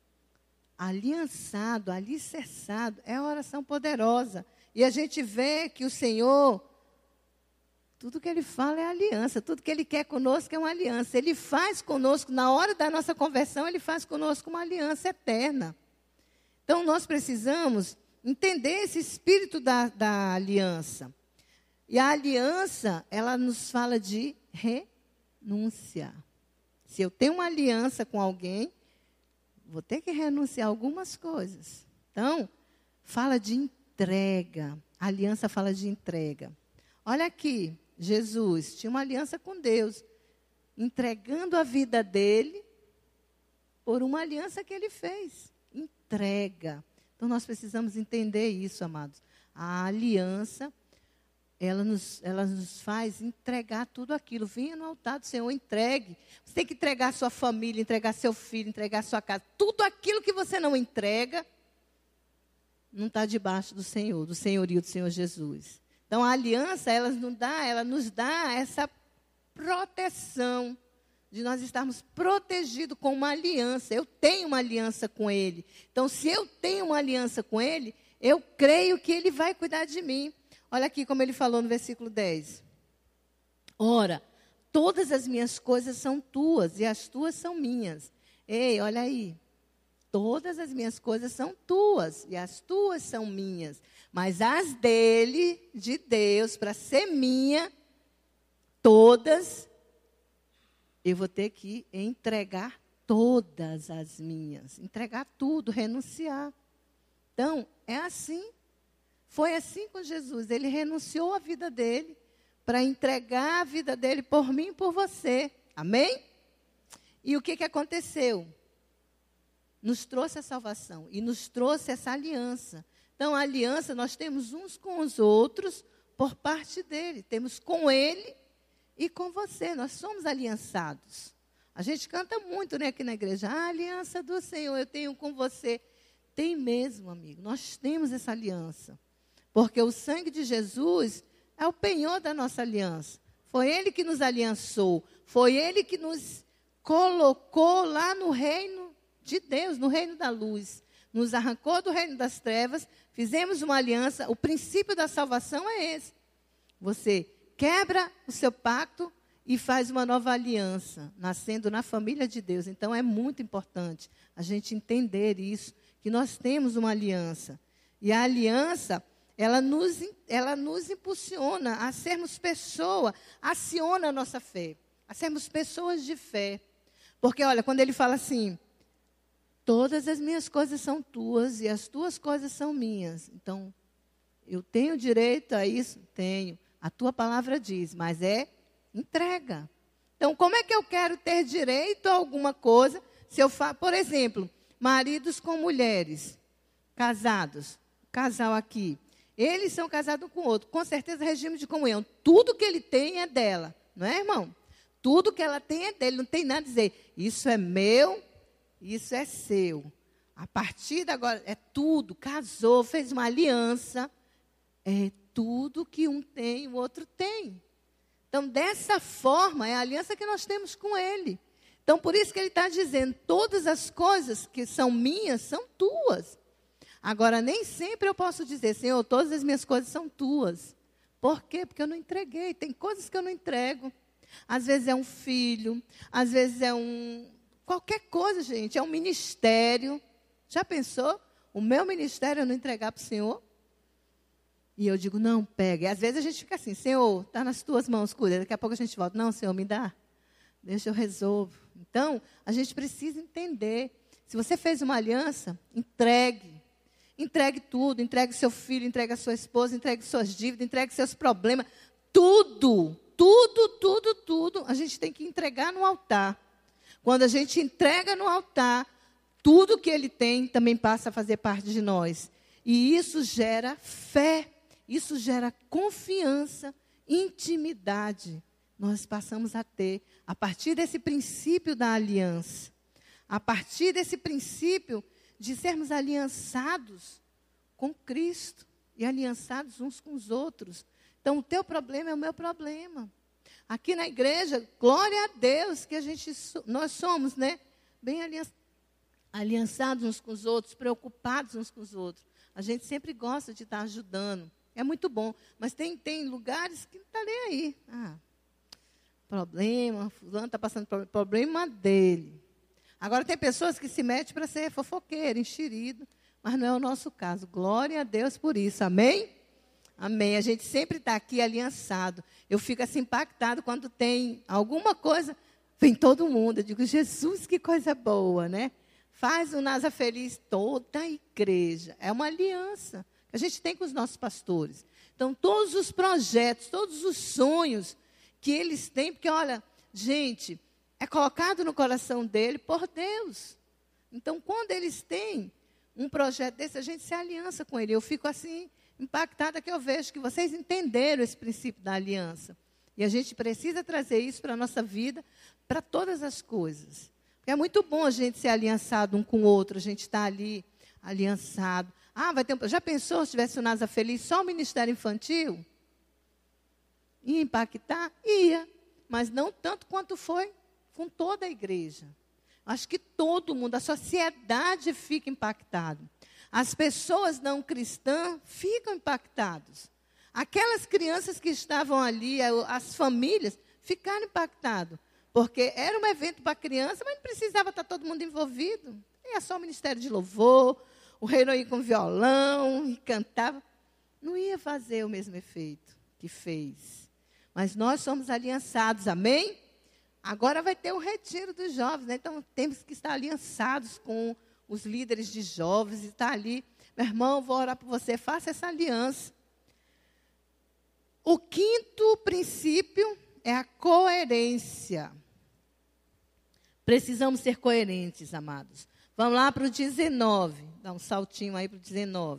aliançado, alicerçado, é uma oração poderosa. E a gente vê que o Senhor, tudo que Ele fala é aliança, tudo que Ele quer conosco é uma aliança. Ele faz conosco, na hora da nossa conversão, Ele faz conosco uma aliança eterna. Então, nós precisamos entender esse espírito da aliança. E a aliança, ela nos fala de renúncia. Se eu tenho uma aliança com alguém, vou ter que renunciar a algumas coisas. Então, fala de entrega. A aliança fala de entrega. Olha aqui, Jesus tinha uma aliança com Deus, entregando a vida dele por uma aliança que ele fez. Entrega. Então, nós precisamos entender isso, amados. A aliança, ela nos faz entregar tudo aquilo. Venha no altar do Senhor, entregue. Você tem que entregar a sua família, entregar seu filho, entregar a sua casa. Tudo aquilo que você não entrega, não está debaixo do Senhor, do senhorio do Senhor Jesus. Então, a aliança, ela nos dá essa proteção de nós estarmos protegidos com uma aliança. Eu tenho uma aliança com Ele. Então, se eu tenho uma aliança com Ele, eu creio que Ele vai cuidar de mim. Olha aqui como Ele falou no versículo 10. Ora, todas as minhas coisas são tuas e as tuas são minhas. Ei, olha aí. Todas as minhas coisas são tuas e as tuas são minhas. Mas as dele, de Deus, para ser minha, todas, eu vou ter que entregar todas as minhas. Entregar tudo, renunciar. Então, é assim. Foi assim com Jesus. Ele renunciou à vida dele para entregar a vida dele por mim e por você. Amém? E o que aconteceu? Nos trouxe a salvação e nos trouxe essa aliança. Então, a aliança nós temos uns com os outros por parte dele. Temos com ele e com você. Nós somos aliançados. A gente canta muito, né, aqui na igreja. A aliança do Senhor eu tenho com você. Tem mesmo, amigo. Nós temos essa aliança. Porque o sangue de Jesus é o penhor da nossa aliança. Foi Ele que nos aliançou. Foi Ele que nos colocou lá no reino de Deus, no reino da luz. Nos arrancou do reino das trevas, fizemos uma aliança. O princípio da salvação é esse. Você quebra o seu pacto e faz uma nova aliança, nascendo na família de Deus. Então, é muito importante a gente entender isso, que nós temos uma aliança. E a aliança, ela nos impulsiona a sermos pessoa, aciona a nossa fé, a sermos pessoas de fé. Porque, olha, quando ele fala assim, todas as minhas coisas são tuas e as tuas coisas são minhas. Então, eu tenho direito a isso? Tenho. A tua palavra diz, mas é entrega. Então, como é que eu quero ter direito a alguma coisa se eu faço, por exemplo, maridos com mulheres, casados, casal aqui, eles são casados um com o outro, com certeza regime de comunhão. Tudo que ele tem é dela, não é, irmão? Tudo que ela tem é dele, não tem nada a dizer, isso é meu, isso é seu. A partir de agora, é tudo, casou, fez uma aliança, é tudo que um tem, o outro tem. Então, dessa forma, é a aliança que nós temos com Ele. Então, por isso que Ele está dizendo, todas as coisas que são minhas, são tuas. Agora, nem sempre eu posso dizer, Senhor, todas as minhas coisas são tuas. Por quê? Porque eu não entreguei. Tem coisas que eu não entrego. Às vezes é um filho, às vezes é qualquer coisa, gente, é um ministério. Já pensou? O meu ministério eu não entregar para o Senhor? E eu digo, não, pega. E às vezes a gente fica assim, Senhor, está nas tuas mãos, cuida. Daqui a pouco a gente volta. Não, Senhor, me dá. Deixa eu resolvo. Então, a gente precisa entender. Se você fez uma aliança, entregue. Entregue tudo. Entregue seu filho, entregue a sua esposa, entregue suas dívidas, entregue seus problemas. Tudo tudo, a gente tem que entregar no altar. Quando a gente entrega no altar, tudo que ele tem também passa a fazer parte de nós. E isso gera fé, isso gera confiança, intimidade. Nós passamos a ter, a partir desse princípio da aliança, a partir desse princípio de sermos aliançados com Cristo e aliançados uns com os outros. Então, o teu problema é o meu problema. Aqui na igreja, glória a Deus que nós somos, né, bem aliançados uns com os outros, preocupados uns com os outros. A gente sempre gosta de estar ajudando. É muito bom. Mas tem lugares que não está nem aí. Problema, fulano está passando problema dele. Agora tem pessoas que se metem para ser fofoqueiro, enxerido, mas não é o nosso caso. Glória a Deus por isso. Amém? Amém. A gente sempre está aqui aliançado. Eu fico assim impactado quando tem alguma coisa, vem todo mundo. Eu digo, Jesus, que coisa boa, né? Faz o Nasa Feliz toda a igreja. É uma aliança que a gente tem com os nossos pastores. Então, todos os projetos, todos os sonhos que eles têm, porque, olha, gente, é colocado no coração dele por Deus. Então, quando eles têm um projeto desse, a gente se aliança com ele. Eu fico assim, impactada que eu vejo que vocês entenderam esse princípio da aliança. E a gente precisa trazer isso para a nossa vida, para todas as coisas. Porque é muito bom a gente ser aliançado um com o outro, a gente está ali, aliançado. Já pensou se tivesse o Nasa Feliz só o Ministério Infantil? Ia impactar? Ia. Mas não tanto quanto foi com toda a igreja. Acho que todo mundo, a sociedade fica impactada. As pessoas não cristãs ficam impactadas. Aquelas crianças que estavam ali, as famílias, ficaram impactadas. Porque era um evento para criança, mas não precisava estar todo mundo envolvido. Ia só o Ministério de Louvor, o reino ia com violão e cantava. Não ia fazer o mesmo efeito que fez. Mas nós somos aliançados, amém? Agora vai ter o retiro dos jovens, né? Então temos que estar aliançados com os líderes de jovens e estar ali. Meu irmão, vou orar por você, faça essa aliança. O quinto princípio é a coerência. Precisamos ser coerentes, amados. Vamos lá para o 19. Dá um saltinho aí para o 19.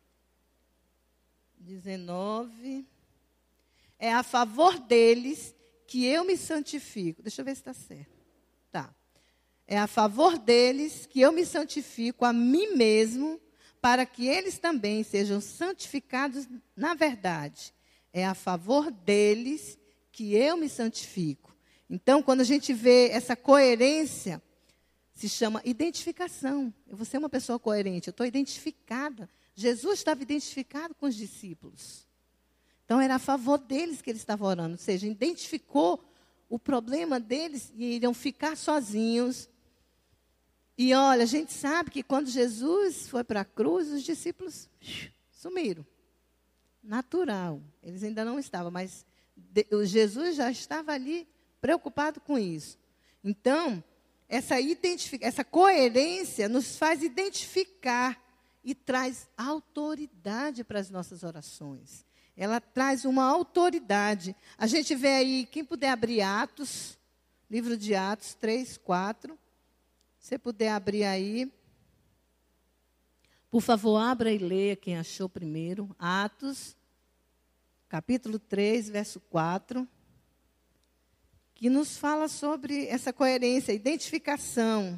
19. É a favor deles que eu me santifico. Deixa eu ver se está certo. Tá. É a favor deles que eu me santifico a mim mesmo, para que eles também sejam santificados na verdade. É a favor deles que eu me santifico. Então, quando a gente vê essa coerência, se chama identificação. Eu vou ser uma pessoa coerente, eu estou identificada. Jesus estava identificado com os discípulos. Então, era a favor deles que ele estava orando. Ou seja, identificou o problema deles e iriam ficar sozinhos. E olha, a gente sabe que quando Jesus foi para a cruz, os discípulos sumiram. Natural. Eles ainda não estavam, mas Jesus já estava ali preocupado com isso. Então, essa coerência nos faz identificar e traz autoridade para as nossas orações. Ela traz uma autoridade. A gente vê aí, quem puder abrir Atos, livro de Atos 3, 4. Se você puder abrir aí. Por favor, abra e leia quem achou primeiro. Atos, capítulo 3, verso 4. Que nos fala sobre essa coerência, identificação.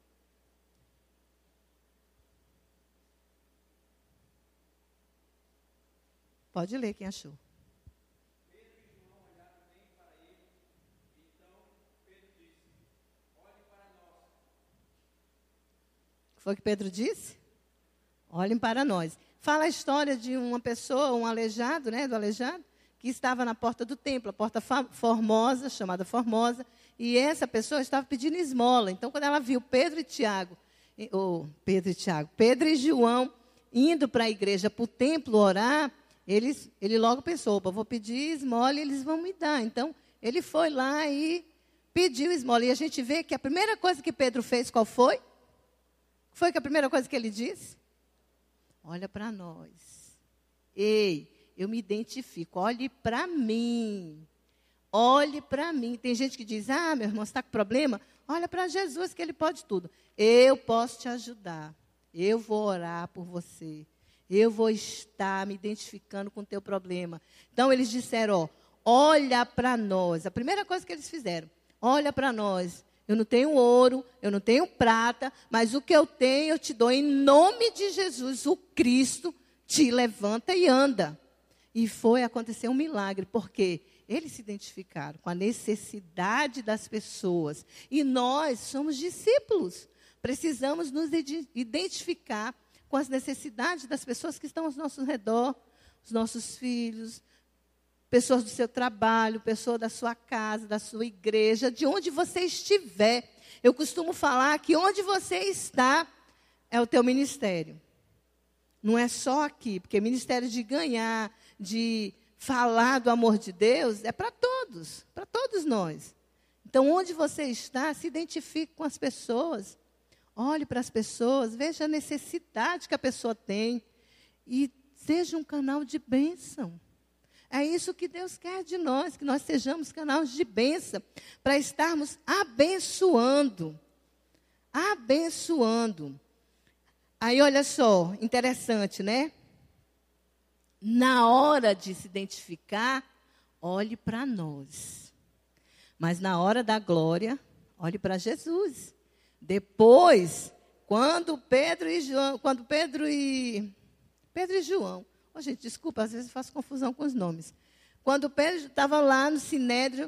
Pode ler quem achou. Pedro e João olharam bem para ele. Então Pedro disse: olhem para nós. O que foi que Pedro disse? Olhem para nós. Fala a história de uma pessoa, um aleijado, né, do aleijado, que estava na porta do templo, a porta formosa, chamada Formosa, e essa pessoa estava pedindo esmola. Então, quando ela viu Pedro e João indo para a igreja, para o templo orar, ele logo pensou, opa, vou pedir esmola e eles vão me dar. Então, ele foi lá e pediu esmola. E a gente vê que a primeira coisa que Pedro fez, qual foi? Foi que a primeira coisa que ele disse? Olha para nós. Ei, eu me identifico, olhe para mim. olhe para mim. Tem gente que diz, meu irmão, você está com problema? Olha para Jesus, que Ele pode tudo. Eu posso te ajudar. Eu vou orar por você. Eu vou estar me identificando com o teu problema. Então, eles disseram, olha para nós. A primeira coisa que eles fizeram, olha para nós. Eu não tenho ouro, eu não tenho prata, mas o que eu tenho eu te dou em nome de Jesus, o Cristo te levanta e anda. E foi acontecer um milagre, porque eles se identificaram com a necessidade das pessoas. E nós somos discípulos. Precisamos nos identificar com as necessidades das pessoas que estão ao nosso redor, os nossos filhos, pessoas do seu trabalho, pessoas da sua casa, da sua igreja, de onde você estiver. Eu costumo falar que onde você está é o teu ministério. Não é só aqui, porque ministério de ganhar, de falar do amor de Deus, é para todos nós. Então, onde você está, se identifique com as pessoas. Olhe para as pessoas, veja a necessidade que a pessoa tem e seja um canal de bênção. É isso que Deus quer de nós, que nós sejamos canais de bênção, para estarmos abençoando. Abençoando. Aí, olha só, interessante, né? Na hora de se identificar, olhe para nós. Mas na hora da glória, olhe para Jesus. Depois, quando Pedro e João, gente, desculpa, às vezes eu faço confusão com os nomes. Quando Pedro estava lá no Sinédrio,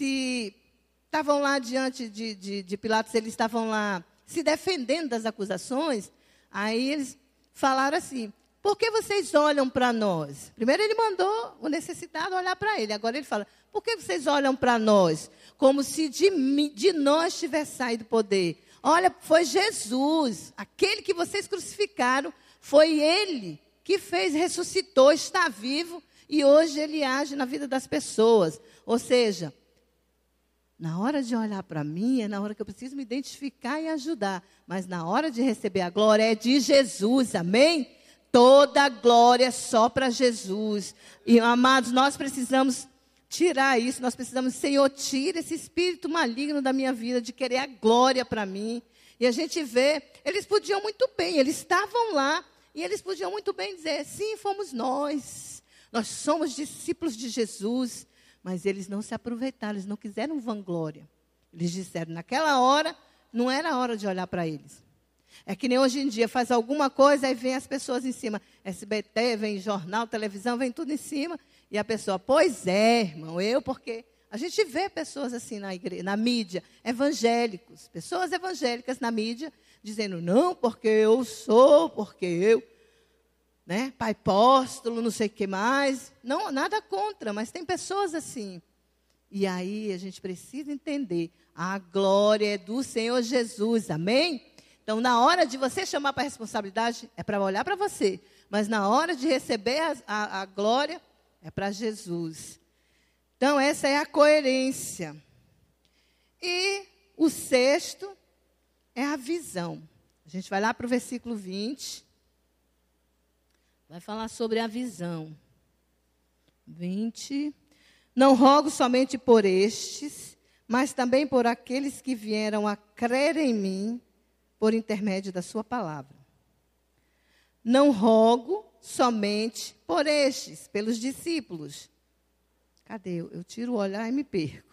estavam lá diante de Pilatos, eles estavam lá se defendendo das acusações, aí eles falaram assim, por que vocês olham para nós? Primeiro ele mandou o necessitado olhar para ele, agora ele fala, por que vocês olham para nós? Como se de nós tivesse saído poder. Olha, foi Jesus, aquele que vocês crucificaram, foi Ele que fez, ressuscitou, está vivo e hoje Ele age na vida das pessoas. Ou seja, na hora de olhar para mim, é na hora que eu preciso me identificar e ajudar. Mas na hora de receber a glória é de Jesus, amém? Toda a glória é só para Jesus. E, amados, nós precisamos tirar isso, nós precisamos, Senhor, tira esse espírito maligno da minha vida, de querer a glória para mim. E a gente vê, eles podiam muito bem, eles estavam lá, e eles podiam muito bem dizer, sim, fomos nós somos discípulos de Jesus, mas eles não se aproveitaram, eles não quiseram vanglória. Eles disseram, naquela hora, não era a hora de olhar para eles. É que nem hoje em dia, faz alguma coisa, aí vem as pessoas em cima, SBT, vem jornal, televisão, vem tudo em cima, e a pessoa, pois é, irmão, porque a gente vê pessoas assim na igreja, na mídia, evangélicos, pessoas evangélicas na mídia, dizendo, não, porque eu sou, porque eu, né, pai apóstolo, não sei o que mais. Não, nada contra, mas tem pessoas assim. E aí a gente precisa entender, a glória é do Senhor Jesus, amém? Então, na hora de você chamar para a responsabilidade, é para olhar para você, mas na hora de receber a glória, é para Jesus. Então, essa é a coerência. E o sexto é a visão. A gente vai lá para o versículo 20. Vai falar sobre a visão. 20. Não rogo somente por estes, mas também por aqueles que vieram a crer em mim, por intermédio da sua palavra. Não rogo somente por estes, pelos discípulos. Cadê? Eu tiro o olhar e me perco.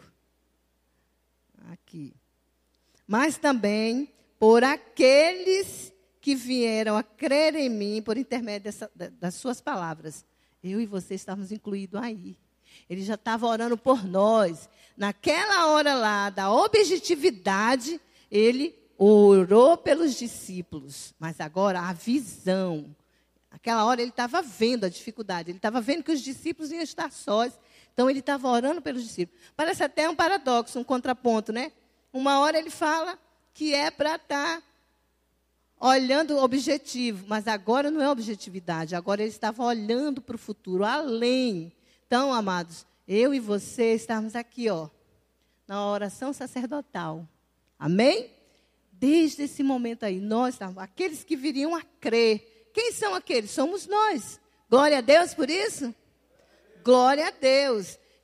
Aqui. Mas também por aqueles que vieram a crer em mim, por intermédio das suas palavras. Eu e você estávamos incluídos aí. Ele já estava orando por nós. Naquela hora lá, da objetividade, ele orou pelos discípulos. Mas agora, a visão. Naquela hora, ele estava vendo a dificuldade. Ele estava vendo que os discípulos iam estar sós. Então, ele estava orando pelos discípulos. Parece até um paradoxo, um contraponto, né? Uma hora ele fala que é para estar olhando o objetivo. Mas agora não é objetividade. Agora ele estava olhando para o futuro, além. Então, amados, eu e você estamos aqui, na oração sacerdotal. Amém? Desde esse momento aí, nós estamos, aqueles que viriam a crer. Quem são aqueles? Somos nós. Glória a Deus por isso? Glória a Deus.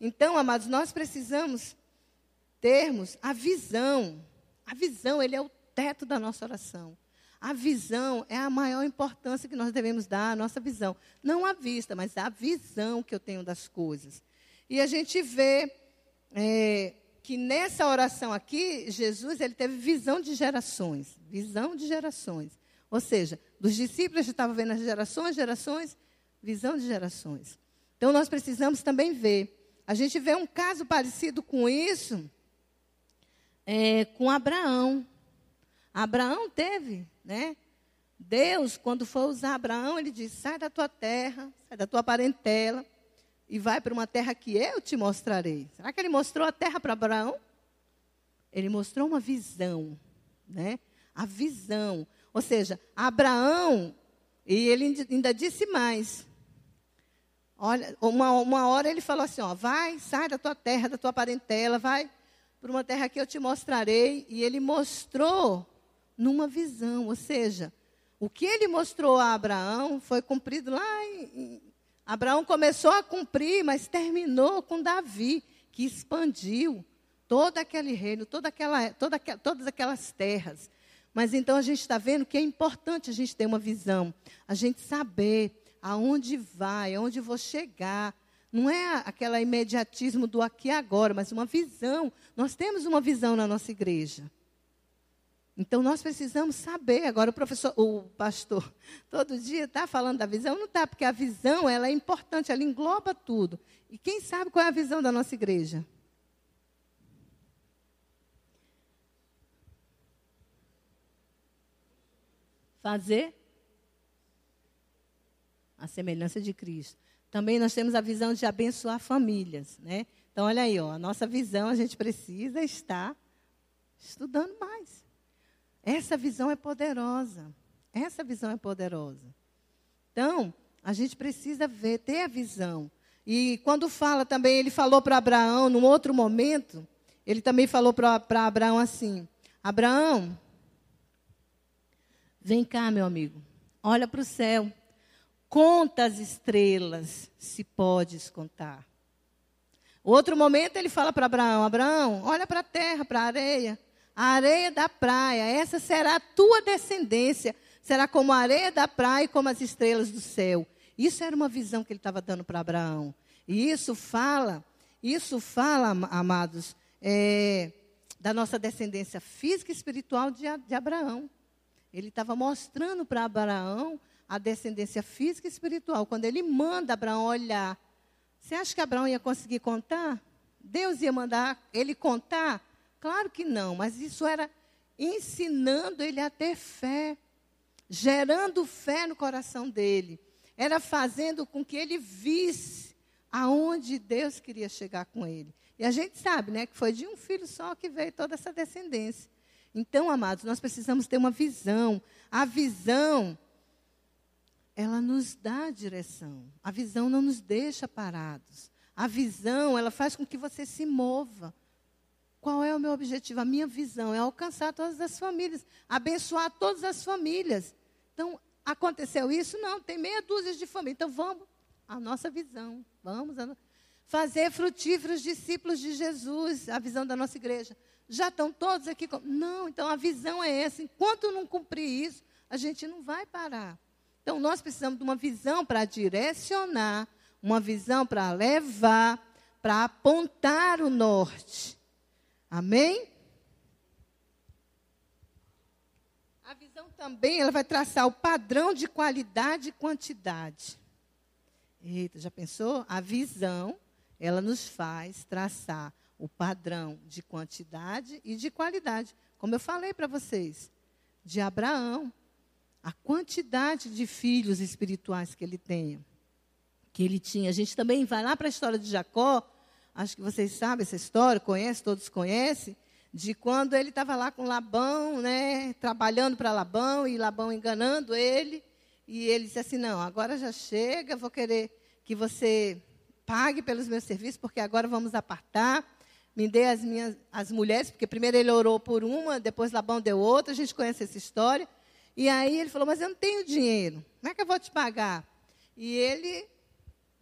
Então, amados, nós precisamos termos a visão. A visão, ele é o teto da nossa oração. A visão é a maior importância que nós devemos dar à nossa visão. Não a vista, mas a visão que eu tenho das coisas. E a gente vê que nessa oração aqui, Jesus ele teve visão de gerações. Visão de gerações. Ou seja, dos discípulos, a gente estava vendo as gerações, visão de gerações. Então, nós precisamos também ver. A gente vê um caso parecido com isso, com Abraão. Abraão teve, né? Deus, quando for usar Abraão, ele diz, sai da tua terra, sai da tua parentela, e vai para uma terra que eu te mostrarei. Será que ele mostrou a terra para Abraão? Ele mostrou uma visão, né? A visão. Ou seja, Abraão, e ele ainda disse mais. Olha, uma hora ele falou assim, ó, vai, sai da tua terra, da tua parentela, vai para uma terra que eu te mostrarei. E ele mostrou numa visão. Ou seja, o que ele mostrou a Abraão foi cumprido lá Abraão começou a cumprir, mas terminou com Davi, que expandiu todo aquele reino, todas aquelas terras. Mas então a gente está vendo que é importante a gente ter uma visão, a gente saber aonde vai, aonde vou chegar. Não é aquele imediatismo do aqui e agora, mas uma visão. Nós temos uma visão na nossa igreja. Então, nós precisamos saber. Agora, o pastor, todo dia está falando da visão? Não está, porque a visão ela é importante, ela engloba tudo. E quem sabe qual é a visão da nossa igreja? Fazer a semelhança de Cristo. Também nós temos a visão de abençoar famílias, né? Então, olha aí, ó, a nossa visão, a gente precisa estar estudando mais. Essa visão é poderosa. Essa visão é poderosa. Então, a gente precisa ter a visão. E quando fala também, ele falou para Abraão, num outro momento, ele também falou para Abraão assim, Abraão, vem cá, meu amigo, olha para o céu, conta as estrelas, se podes contar. Outro momento ele fala para Abraão, Abraão, olha para a terra, para a areia da praia, essa será a tua descendência, será como a areia da praia e como as estrelas do céu. Isso era uma visão que ele estava dando para Abraão. E isso fala, amados, da nossa descendência física e espiritual de Abraão. Ele estava mostrando para Abraão a descendência física e espiritual. Quando ele manda Abraão olhar, você acha que Abraão ia conseguir contar? Deus ia mandar ele contar? Claro que não, mas isso era ensinando ele a ter fé, gerando fé no coração dele. Era fazendo com que ele visse aonde Deus queria chegar com ele. E a gente sabe, né, que foi de um filho só que veio toda essa descendência. Então, amados, nós precisamos ter uma visão. A visão, ela nos dá direção. A visão não nos deixa parados. A visão, ela faz com que você se mova. Qual é o meu objetivo? A minha visão é alcançar todas as famílias, abençoar todas as famílias. Então, aconteceu isso? Não, tem meia dúzia de famílias. Então, vamos, a nossa visão. Vamos fazer frutíferos discípulos de Jesus, a visão da nossa igreja. Já estão todos aqui? Não, então a visão é essa. Enquanto não cumprir isso, a gente não vai parar. Então, nós precisamos de uma visão para direcionar, uma visão para levar, para apontar o norte. Amém? A visão também, ela vai traçar o padrão de qualidade e quantidade. Eita, já pensou? A visão, ela nos faz traçar o padrão de quantidade e de qualidade. Como eu falei para vocês, de Abraão, a quantidade de filhos espirituais que ele tinha. A gente também vai lá para a história de Jacó, acho que vocês sabem essa história, todos conhecem, de quando ele estava lá com Labão, né, trabalhando para Labão, e Labão enganando ele, e ele disse assim, não, agora já chega, vou querer que você pague pelos meus serviços, porque agora vamos apartar, me dê as mulheres, porque primeiro ele orou por uma, depois Labão deu outra, a gente conhece essa história, e aí ele falou, mas eu não tenho dinheiro, como é que eu vou te pagar? E ele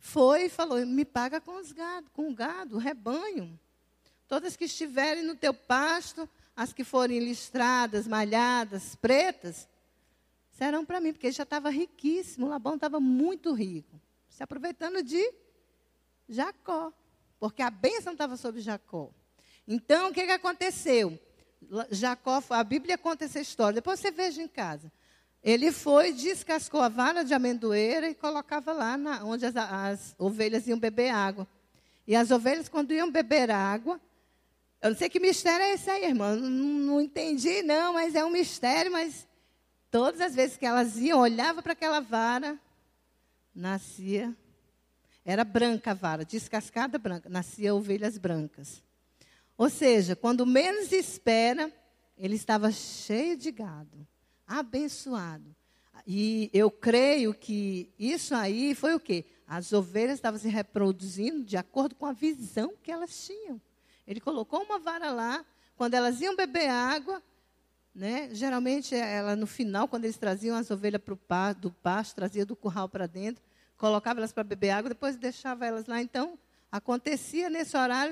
foi e falou, me paga com o gado, o rebanho. Todas que estiverem no teu pasto, as que forem listradas, malhadas, pretas, serão para mim, porque ele já estava riquíssimo, Labão estava muito rico, se aproveitando de Jacó, porque a bênção estava sobre Jacó. Então, o que aconteceu? Jacó, a Bíblia conta essa história, depois você veja em casa. Ele foi, descascou a vara de amendoeira e colocava lá onde as ovelhas iam beber água. E as ovelhas, quando iam beber água, eu não sei que mistério é esse aí, irmã, não entendi não, mas é um mistério, mas todas as vezes que elas iam, olhava para aquela vara, nascia, era branca a vara, descascada branca, nascia ovelhas brancas. Ou seja, quando menos espera, ele estava cheio de gado, abençoado. E eu creio que isso aí foi o quê? As ovelhas estavam se reproduzindo de acordo com a visão que elas tinham. Ele colocou uma vara lá, quando elas iam beber água, né, geralmente, no final, quando eles traziam as ovelhas do pasto, trazia do curral para dentro, colocava elas para beber água, depois deixava elas lá. Então, acontecia nesse horário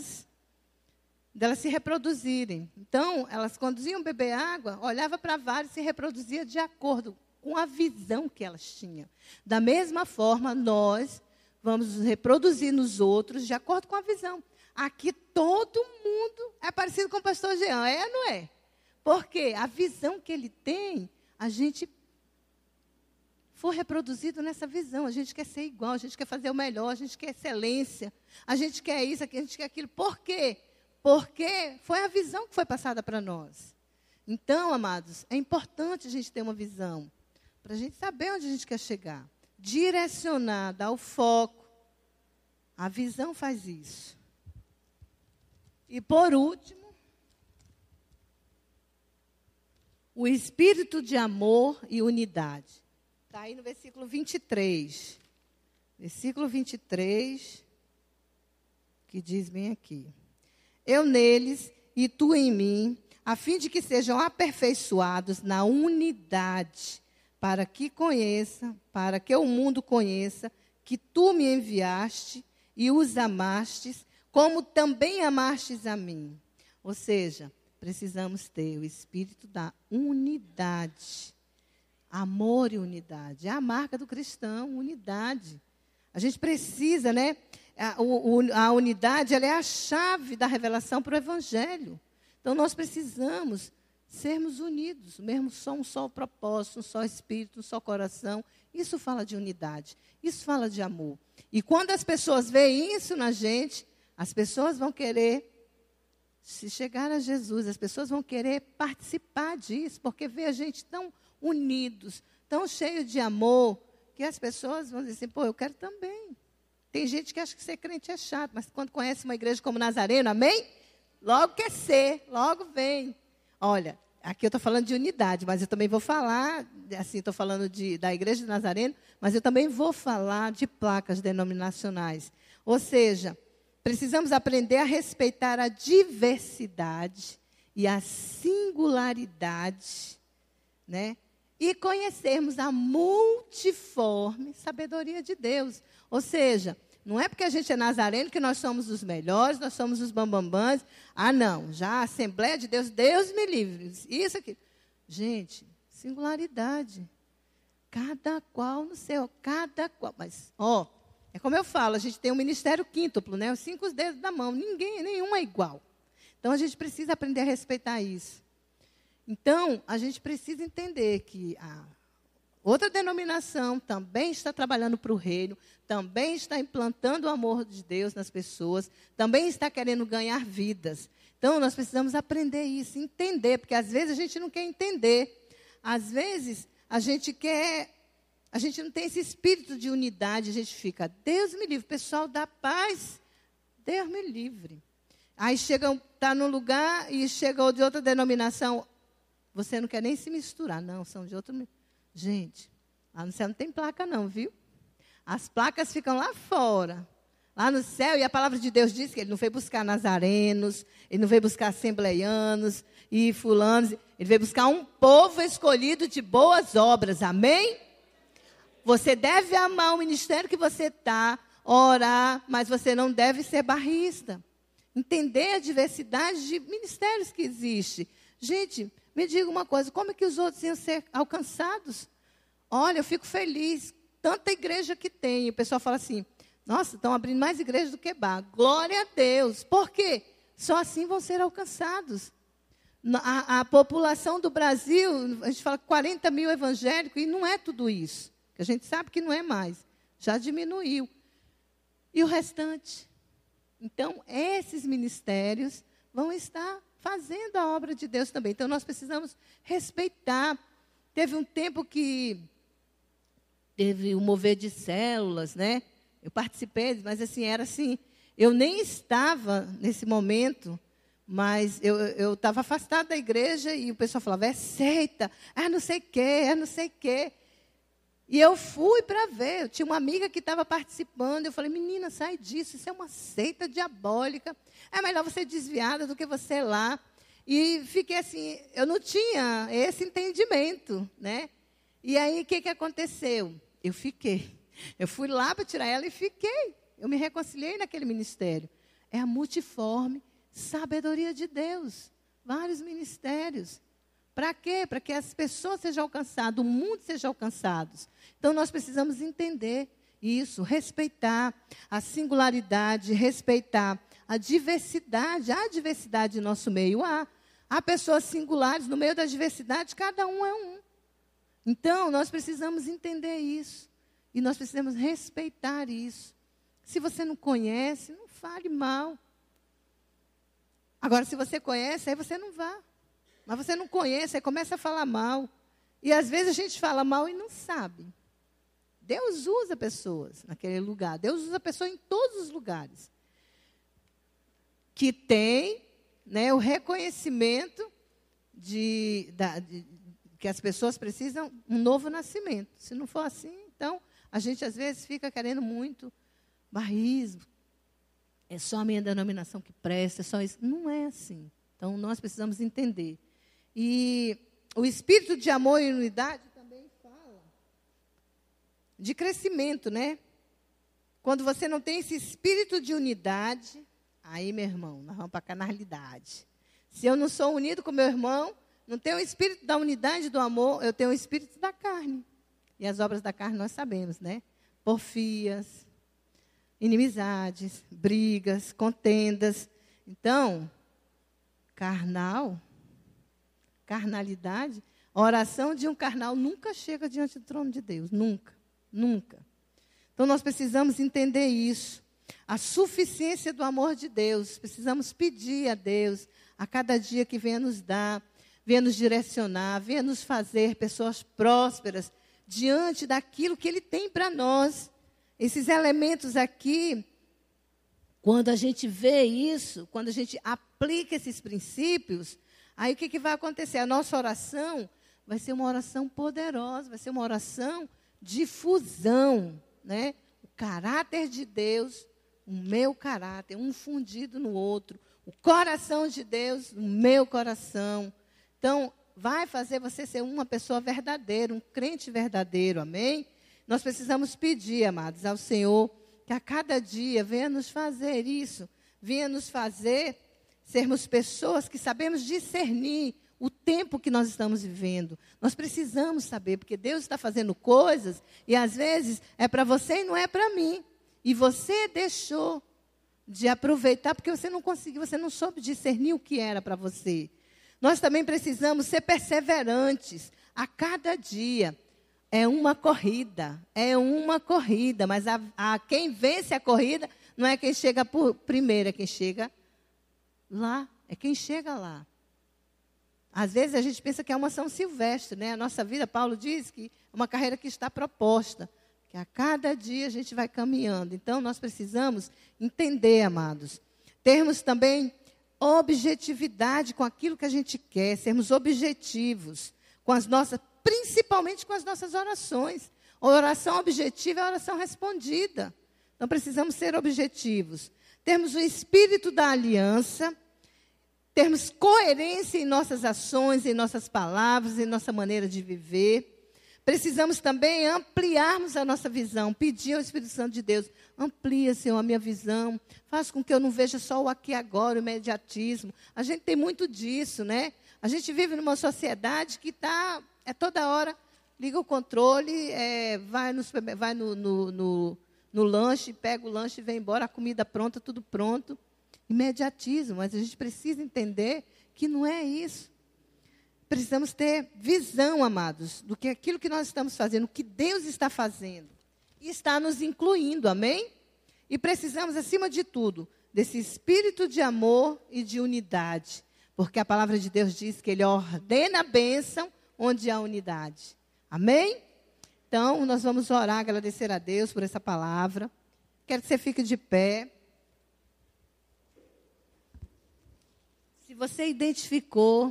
delas se reproduzirem. Então, elas, quando iam beber água, olhavam para a vara e se reproduzia de acordo com a visão que elas tinham. Da mesma forma, nós vamos nos reproduzir nos outros de acordo com a visão. Aqui todo mundo é parecido com o pastor Jean, é ou não é? Porque a visão que ele tem, a gente for reproduzido nessa visão. A gente quer ser igual, a gente quer fazer o melhor, a gente quer excelência, a gente quer isso, a gente quer aquilo. Por quê? Porque foi a visão que foi passada para nós. Então, amados, é importante a gente ter uma visão, para a gente saber onde a gente quer chegar. Direcionada ao foco. A visão faz isso. E por último, o espírito de amor e unidade. Está aí no versículo 23. Versículo 23, que diz bem aqui. Eu neles e tu em mim, a fim de que sejam aperfeiçoados na unidade, para que o mundo conheça que tu me enviaste e os amastes, como também amastes a mim. Ou seja, precisamos ter o espírito da unidade. Amor e unidade. É a marca do cristão, unidade. A gente precisa, né? A unidade, ela é a chave da revelação para o Evangelho. Então, nós precisamos sermos unidos, mesmo só um só propósito, um só espírito, um só coração. Isso fala de unidade, isso fala de amor. E quando as pessoas veem isso na gente, as pessoas vão querer, se chegar a Jesus, as pessoas vão querer participar disso, porque vê a gente tão unidos, tão cheio de amor, que as pessoas vão dizer assim, pô, eu quero também. Tem gente que acha que ser crente é chato, mas quando conhece uma igreja como Nazareno, amém? Logo quer ser, logo vem. Olha, aqui eu estou falando de unidade, mas eu também vou falar, assim, estou falando da igreja de Nazareno, mas eu também vou falar de placas denominacionais. Ou seja, precisamos aprender a respeitar a diversidade e a singularidade, né? E conhecermos a multiforme sabedoria de Deus. Ou seja, não é porque a gente é nazareno que nós somos os melhores, nós somos os bambambãs. Ah, não, já a Assembleia de Deus, Deus me livre. Isso aqui. Gente, singularidade. Cada qual no seu, cada qual. Mas, é como eu falo, a gente tem um ministério quíntuplo, né? Os 5 dedos da mão, nenhum é igual. Então, a gente precisa aprender a respeitar isso. Então, a gente precisa entender que a outra denominação também está trabalhando para o reino, também está implantando o amor de Deus nas pessoas, também está querendo ganhar vidas. Então, nós precisamos aprender isso, entender, porque às vezes a gente não quer entender. Às vezes, a gente não tem esse espírito de unidade, a gente fica, Deus me livre, pessoal da paz, Deus me livre. Aí está num lugar e chega de outra denominação, você não quer nem se misturar, não, são de outro. Gente, lá no céu não tem placa não, viu? As placas ficam lá fora, lá no céu, e a palavra de Deus diz que ele não veio buscar nazarenos, ele não veio buscar assembleianos e fulanos, ele veio buscar um povo escolhido de boas obras, amém? Você deve amar o ministério que você está, orar, mas você não deve ser barrista. Entender a diversidade de ministérios que existe. Gente, me diga uma coisa, como é que os outros iam ser alcançados? Olha, eu fico feliz, tanta igreja que tem. O pessoal fala assim, nossa, estão abrindo mais igrejas do que bar. Glória a Deus. Por quê? Só assim vão ser alcançados. A população do Brasil, a gente fala 40 mil evangélicos, e não é tudo isso. A gente sabe que não é mais. Já diminuiu. E o restante? Então, esses ministérios vão estar fazendo a obra de Deus também. Então, nós precisamos respeitar. Teve um tempo que teve o mover de células, né? Eu participei, mas assim, era assim. Eu nem estava nesse momento, mas eu estava afastada da igreja e o pessoal falava, é seita, não sei o quê, não sei o quê. E eu fui para ver, eu tinha uma amiga que estava participando, eu falei, menina, sai disso, isso é uma seita diabólica, é melhor você desviada do que você lá. E fiquei assim, eu não tinha esse entendimento, né? E aí, o que aconteceu? Eu fui lá para tirar ela e fiquei. Eu me reconciliei naquele ministério. É a multiforme sabedoria de Deus, vários ministérios. Para quê? Para que as pessoas sejam alcançadas, o mundo seja alcançado. Então, nós precisamos entender isso, respeitar a singularidade, respeitar a diversidade. Há diversidade em nosso meio. Há pessoas singulares no meio da diversidade, cada um é um. Então, nós precisamos entender isso. E nós precisamos respeitar isso. Se você não conhece, não fale mal. Agora, se você conhece, aí você não vá. Mas você não conhece, aí começa a falar mal. E às vezes a gente fala mal e não sabe. Deus usa pessoas naquele lugar. Deus usa pessoas em todos os lugares. Que tem, né, o reconhecimento que as pessoas precisam um novo nascimento. Se não for assim, então, a gente às vezes fica querendo muito barrismo. É só a minha denominação que presta, é só isso. Não é assim. Então, nós precisamos entender. E o espírito de amor e unidade também fala de crescimento, né? Quando você não tem esse espírito de unidade, aí, meu irmão, nós vamos para a carnalidade. Se eu não sou unido com meu irmão, não tenho o espírito da unidade do amor, eu tenho o espírito da carne. E as obras da carne nós sabemos, né? Porfias, inimizades, brigas, contendas. Então, carnalidade, a oração de um carnal nunca chega diante do trono de Deus. Nunca, nunca. Então, nós precisamos entender isso. A suficiência do amor de Deus. Precisamos pedir a Deus, a cada dia que venha nos dar, venha nos direcionar, venha nos fazer pessoas prósperas diante daquilo que Ele tem para nós. Esses elementos aqui, quando a gente vê isso, quando a gente aplica esses princípios, aí o que vai acontecer? A nossa oração vai ser uma oração poderosa, vai ser uma oração de fusão, né? O caráter de Deus, o meu caráter, um fundido no outro. O coração de Deus, o meu coração. Então, vai fazer você ser uma pessoa verdadeira, um crente verdadeiro, amém? Nós precisamos pedir, amados, ao Senhor, que a cada dia venha nos fazer isso, venha nos fazer sermos pessoas que sabemos discernir o tempo que nós estamos vivendo. Nós precisamos saber, porque Deus está fazendo coisas e às vezes é para você e não é para mim. E você deixou de aproveitar porque você não conseguiu, você não soube discernir o que era para você. Nós também precisamos ser perseverantes a cada dia. É uma corrida, mas quem vence a corrida não é quem chega por primeiro, é quem chega lá, é quem chega lá. Às vezes a gente pensa que é uma São Silvestre, né? A nossa vida, Paulo diz que é uma carreira que está proposta, que a cada dia a gente vai caminhando. Então, nós precisamos entender, amados, termos também objetividade com aquilo que a gente quer, sermos objetivos com as nossas, principalmente com as nossas orações. A oração objetiva é a oração respondida. Então, precisamos ser objetivos. Termos o espírito da aliança, termos coerência em nossas ações, em nossas palavras, em nossa maneira de viver. Precisamos também ampliarmos a nossa visão, pedir ao Espírito Santo de Deus, amplia, Senhor, a minha visão, faz com que eu não veja só o aqui e agora, o imediatismo. A gente tem muito disso, né? A gente vive numa sociedade que toda hora, liga o controle, vai no lanche, pega o lanche e vem embora, a comida pronta, tudo pronto. Imediatismo, mas a gente precisa entender que não é isso. Precisamos ter visão, amados, do que aquilo que nós estamos fazendo, o que Deus está fazendo. E está nos incluindo, amém? E precisamos, acima de tudo, desse espírito de amor e de unidade. Porque a palavra de Deus diz que Ele ordena a bênção onde há unidade. Amém? Então, nós vamos orar, agradecer a Deus por essa palavra. Quero que você fique de pé. Se você identificou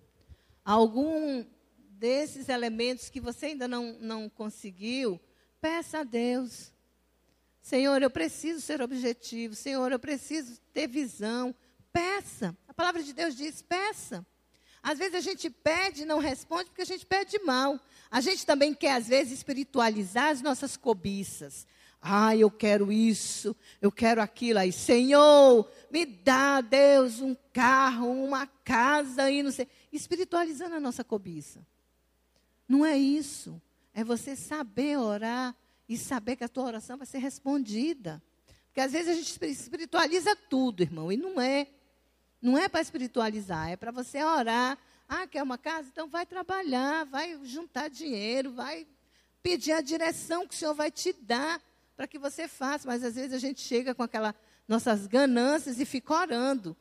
algum desses elementos que você ainda não conseguiu, peça a Deus. Senhor, eu preciso ser objetivo. Senhor, eu preciso ter visão. Peça. A palavra de Deus diz, peça. Às vezes a gente pede e não responde porque a gente pede mal. A gente também quer, às vezes, espiritualizar as nossas cobiças. Eu quero isso, eu quero aquilo. Aí, Senhor, me dá, Deus, um carro, uma casa, e não sei. Espiritualizando a nossa cobiça. Não é isso. É você saber orar e saber que a tua oração vai ser respondida. Porque às vezes a gente espiritualiza tudo, irmão, e não é. Não é para espiritualizar, é para você orar. Quer uma casa? Então vai trabalhar, vai juntar dinheiro, vai pedir a direção que o Senhor vai te dar para que você faça. Mas às vezes a gente chega com aquelas nossas ganâncias e fica orando,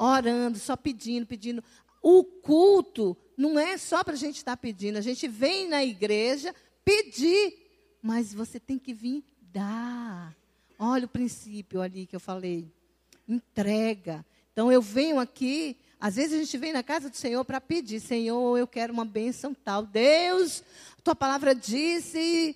só pedindo. O culto não é só para a gente estar pedindo. A gente vem na igreja pedir, mas você tem que vir dar. Olha o princípio ali que eu falei. Entrega. Então, eu venho aqui, às vezes a gente vem na casa do Senhor para pedir, Senhor, eu quero uma bênção tal. Deus, a tua palavra disse.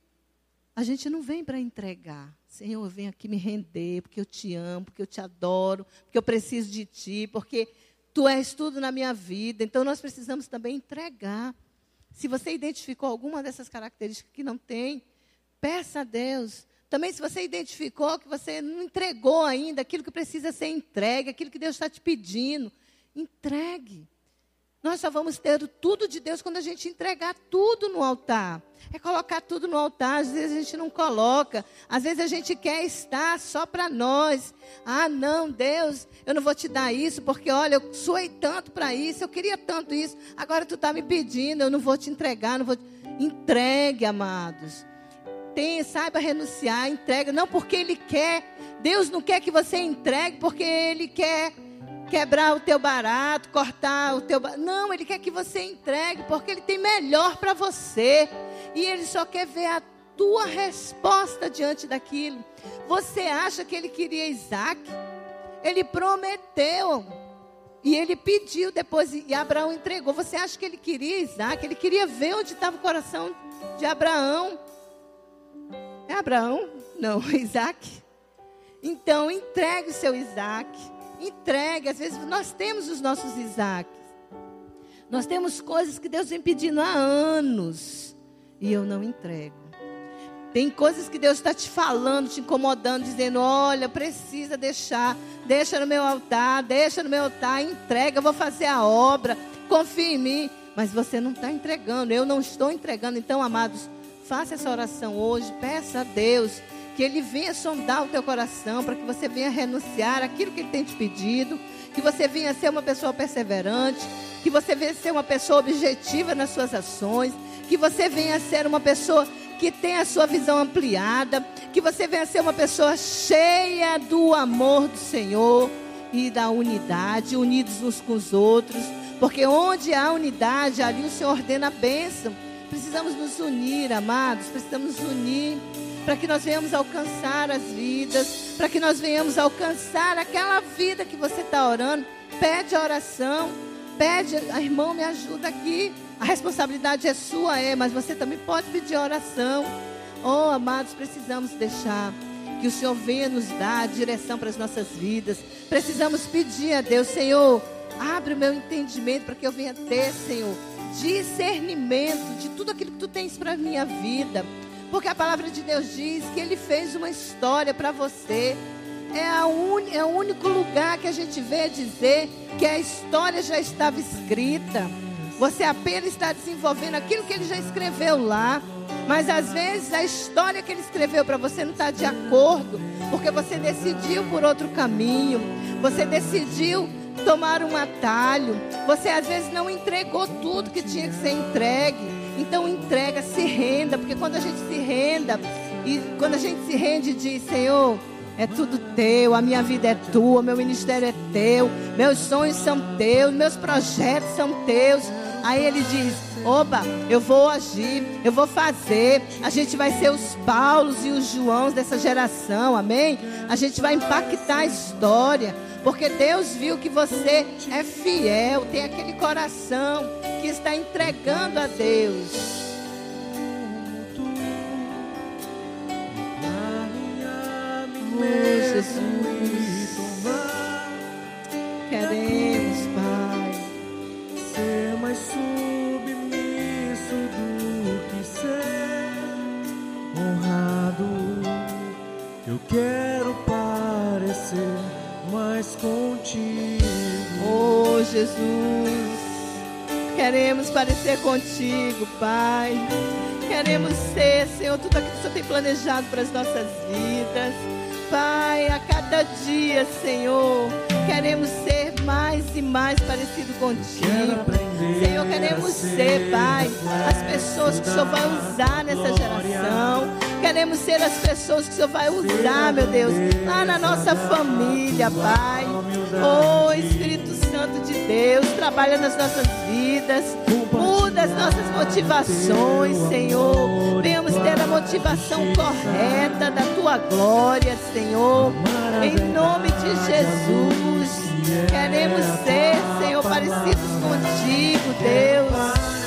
A gente não vem para entregar. Senhor, eu venho aqui me render, porque eu te amo, porque eu te adoro, porque eu preciso de ti, porque tu és tudo na minha vida. Então, nós precisamos também entregar. Se você identificou alguma dessas características que não tem, peça a Deus. Também, se você identificou que você não entregou ainda aquilo que precisa ser entregue, aquilo que Deus está te pedindo, entregue. Nós só vamos ter tudo de Deus quando a gente entregar tudo no altar. É colocar tudo no altar. Às vezes a gente não coloca. Às vezes a gente quer estar só para nós. Não, Deus, eu não vou te dar isso, porque, olha, eu suei tanto para isso, eu queria tanto isso. Agora tu está me pedindo, eu não vou te entregar. Entregue, amados. Saiba renunciar, entrega. Não porque Ele quer. Deus não quer que você entregue porque Ele quer quebrar o teu barato, cortar o teu barato. Não, Ele quer que você entregue porque Ele tem melhor para você. E Ele só quer ver a tua resposta diante daquilo. Você acha que Ele queria Isaac? Ele prometeu. E Ele pediu depois, e Abraão entregou. Você acha que Ele queria Isaac? Ele queria ver onde estava o coração de Abraão. É Abraão? Não, Isaac. Então, entregue o seu Isaac. Entregue. Às vezes, nós temos os nossos Isaacs. Nós temos coisas que Deus vem pedindo há anos. E eu não entrego. Tem coisas que Deus está te falando, te incomodando, dizendo, olha, precisa deixar. Deixa no meu altar, entrega, eu vou fazer a obra. Confia em mim. Mas você não está entregando, eu não estou entregando. Então, amados, faça essa oração hoje, peça a Deus que Ele venha sondar o teu coração, para que você venha renunciar àquilo que Ele tem te pedido, que você venha ser uma pessoa perseverante, que você venha ser uma pessoa objetiva nas suas ações, que você venha ser uma pessoa que tenha a sua visão ampliada, que você venha ser uma pessoa cheia do amor do Senhor e da unidade, unidos uns com os outros, porque onde há unidade, ali o Senhor ordena a bênção. Precisamos nos unir, amados, precisamos nos unir para que nós venhamos alcançar as vidas, para que nós venhamos alcançar aquela vida que você está orando. Pede a oração, pede, irmão, me ajuda aqui. A responsabilidade é sua, mas você também pode pedir a oração. Oh, amados, precisamos deixar que o Senhor venha nos dar direção para as nossas vidas. Precisamos pedir a Deus, Senhor, abre o meu entendimento para que eu venha ter, Senhor, discernimento de tudo aquilo que tu tens para a minha vida. Porque a palavra de Deus diz que Ele fez uma história para você. É o único lugar que a gente vê dizer que a história já estava escrita. Você apenas está desenvolvendo aquilo que Ele já escreveu lá. Mas às vezes a história que Ele escreveu para você não está de acordo, porque você decidiu por outro caminho. Você decidiu tomar um atalho. Você às vezes não entregou tudo que tinha que ser entregue. Então entrega, se renda. Porque quando a gente se renda, e quando a gente se rende e diz: Senhor, é tudo teu, a minha vida é tua, meu ministério é teu, meus sonhos são teus, meus projetos são teus. Aí Ele diz: oba, eu vou agir, eu vou fazer. A gente vai ser os Paulos e os Joãos dessa geração, amém? A gente vai impactar a história, porque Deus viu que você é fiel, tem aquele coração que está entregando a Deus. Oh, Jesus, queremos, Pai, ser mais submisso do que ser honrado. Eu quero parecer mais contigo. Oh, Jesus, queremos parecer contigo, Pai. Queremos ser, Senhor, tudo aquilo que o Senhor tem planejado para as nossas vidas. Pai, a cada dia, Senhor, queremos ser mais e mais parecido contigo. Senhor, queremos ser, Pai, as pessoas que o Senhor vai usar nessa geração. Queremos ser as pessoas que o Senhor vai usar, meu Deus, lá na nossa família, Pai. Oh, Espírito Santo de Deus, trabalha nas nossas vidas. Muda as nossas motivações, Senhor. Venhamos ter a motivação correta da Tua glória, Senhor. Em nome de Jesus. Queremos ser, Senhor, parecidos contigo, Deus.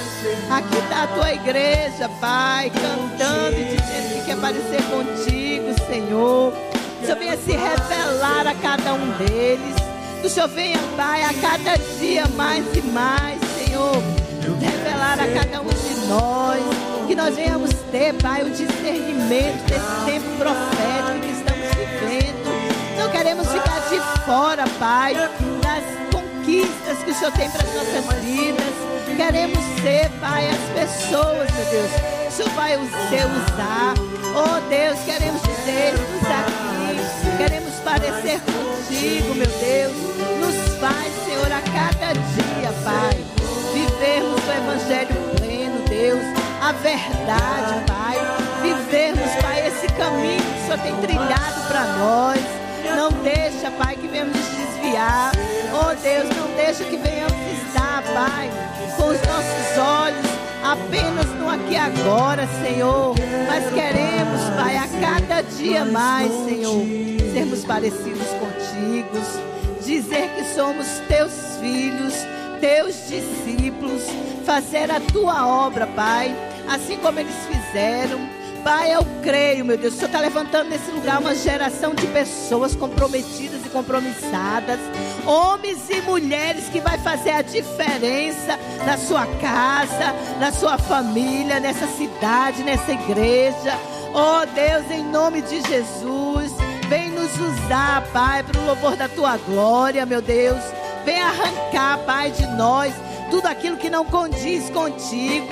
Aqui está a Tua igreja, Pai, cantando e dizendo que quer parecer contigo, Senhor. Que o Senhor venha se revelar a cada um deles. Que o Senhor venha, Pai, a cada dia mais e mais, Senhor, revelar a cada um de nós. Que nós venhamos ter, Pai, o discernimento desse tempo profético que estamos vivendo. Não queremos ficar de fora, Pai, das conquistas que o Senhor tem para as nossas vidas. Queremos ser, Pai, as pessoas, meu Deus, que o Senhor vai usar. Oh, Deus, queremos dizer, nos aqui, queremos parecer contigo, meu Deus. Nos faz, Senhor, a cada dia, Pai, vivermos o Evangelho pleno, Deus, a verdade, Pai. Vivermos, Pai, esse caminho que o Senhor tem trilhado para nós. Não deixa, Pai, que venhamos nos desviar. Oh, Deus, não deixa que venhamos estar, Pai, com os nossos olhos apenas no aqui e agora, Senhor. Mas queremos, Pai, a cada dia mais, Senhor, sermos parecidos contigo. Dizer que somos teus filhos, teus discípulos. Fazer a tua obra, Pai, assim como eles fizeram. Pai, eu creio, meu Deus, o Senhor está levantando nesse lugar uma geração de pessoas comprometidas e compromissadas, homens e mulheres que vai fazer a diferença na sua casa, na sua família, nessa cidade, nessa igreja. Oh, Deus, em nome de Jesus, vem nos usar, Pai, para o louvor da tua glória, meu Deus. Vem arrancar, Pai, de nós tudo aquilo que não condiz contigo.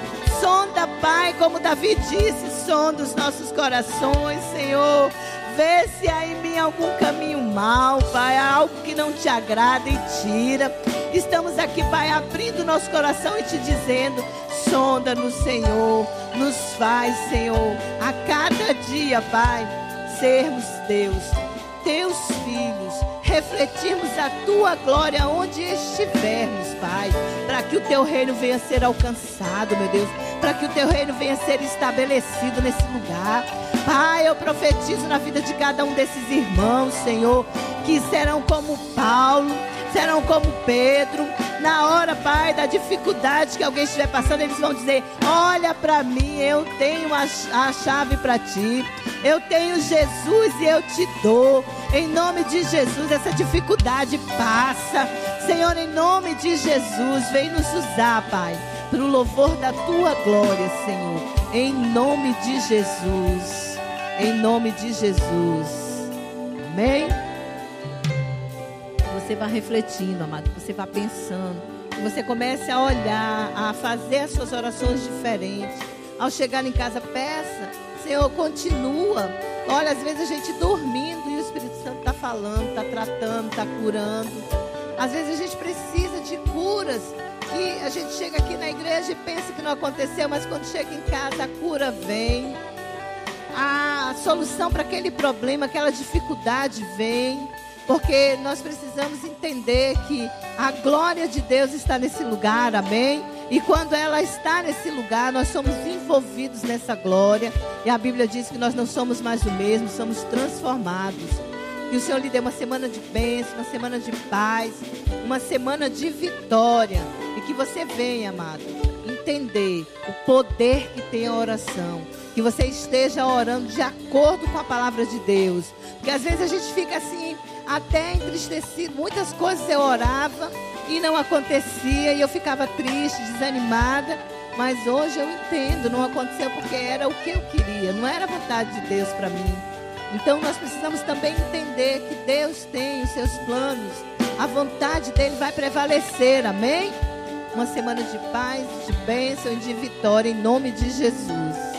Sonda, Pai, como Davi disse, sonda os nossos corações, Senhor. Vê se há em mim algum caminho mau, Pai, algo que não te agrada e tira. Estamos aqui, Pai, abrindo nosso coração e te dizendo: sonda-nos, Senhor. Nos faz, Senhor, a cada dia, Pai, sermos teus filhos, refletirmos a tua glória onde estivermos, Pai, para que o teu reino venha a ser alcançado, meu Deus, para que o teu reino venha a ser estabelecido nesse lugar. Pai, eu profetizo na vida de cada um desses irmãos, Senhor, que serão como Paulo, serão como Pedro. Na hora, Pai, da dificuldade que alguém estiver passando, eles vão dizer: olha para mim, eu tenho a chave para ti. Eu tenho Jesus e eu te dou. Em nome de Jesus, essa dificuldade passa. Senhor, em nome de Jesus, vem nos usar, Pai. para o louvor da tua glória, Senhor. Em nome de Jesus. Em nome de Jesus. Amém? Você vai refletindo, amado. Você vai pensando. Que você comece a olhar, a fazer as suas orações diferentes. Ao chegar em casa, peça. Senhor, continua. Olha, às vezes a gente dormindo e o Espírito Santo está falando, está tratando, está curando. Às vezes a gente precisa de curas. Que a gente chega aqui na igreja e pensa que não aconteceu, mas quando chega em casa a cura vem. A solução para aquele problema, aquela dificuldade vem. Porque nós precisamos entender que a glória de Deus está nesse lugar, amém? E quando ela está nesse lugar, nós somos envolvidos nessa glória. E a Bíblia diz que nós não somos mais o mesmo, somos transformados. Que o Senhor lhe dê uma semana de bênção, uma semana de paz, uma semana de vitória. E que você venha, amado, entender o poder que tem a oração. Que você esteja orando de acordo com a palavra de Deus. Porque às vezes a gente fica assim, até entristecido. Muitas coisas eu orava e não acontecia. E eu ficava triste, desanimada. Mas hoje eu entendo, não aconteceu porque era o que eu queria. Não era a vontade de Deus para mim. Então nós precisamos também entender que Deus tem os seus planos. A vontade dele vai prevalecer, amém? Uma semana de paz, de bênção e de vitória em nome de Jesus.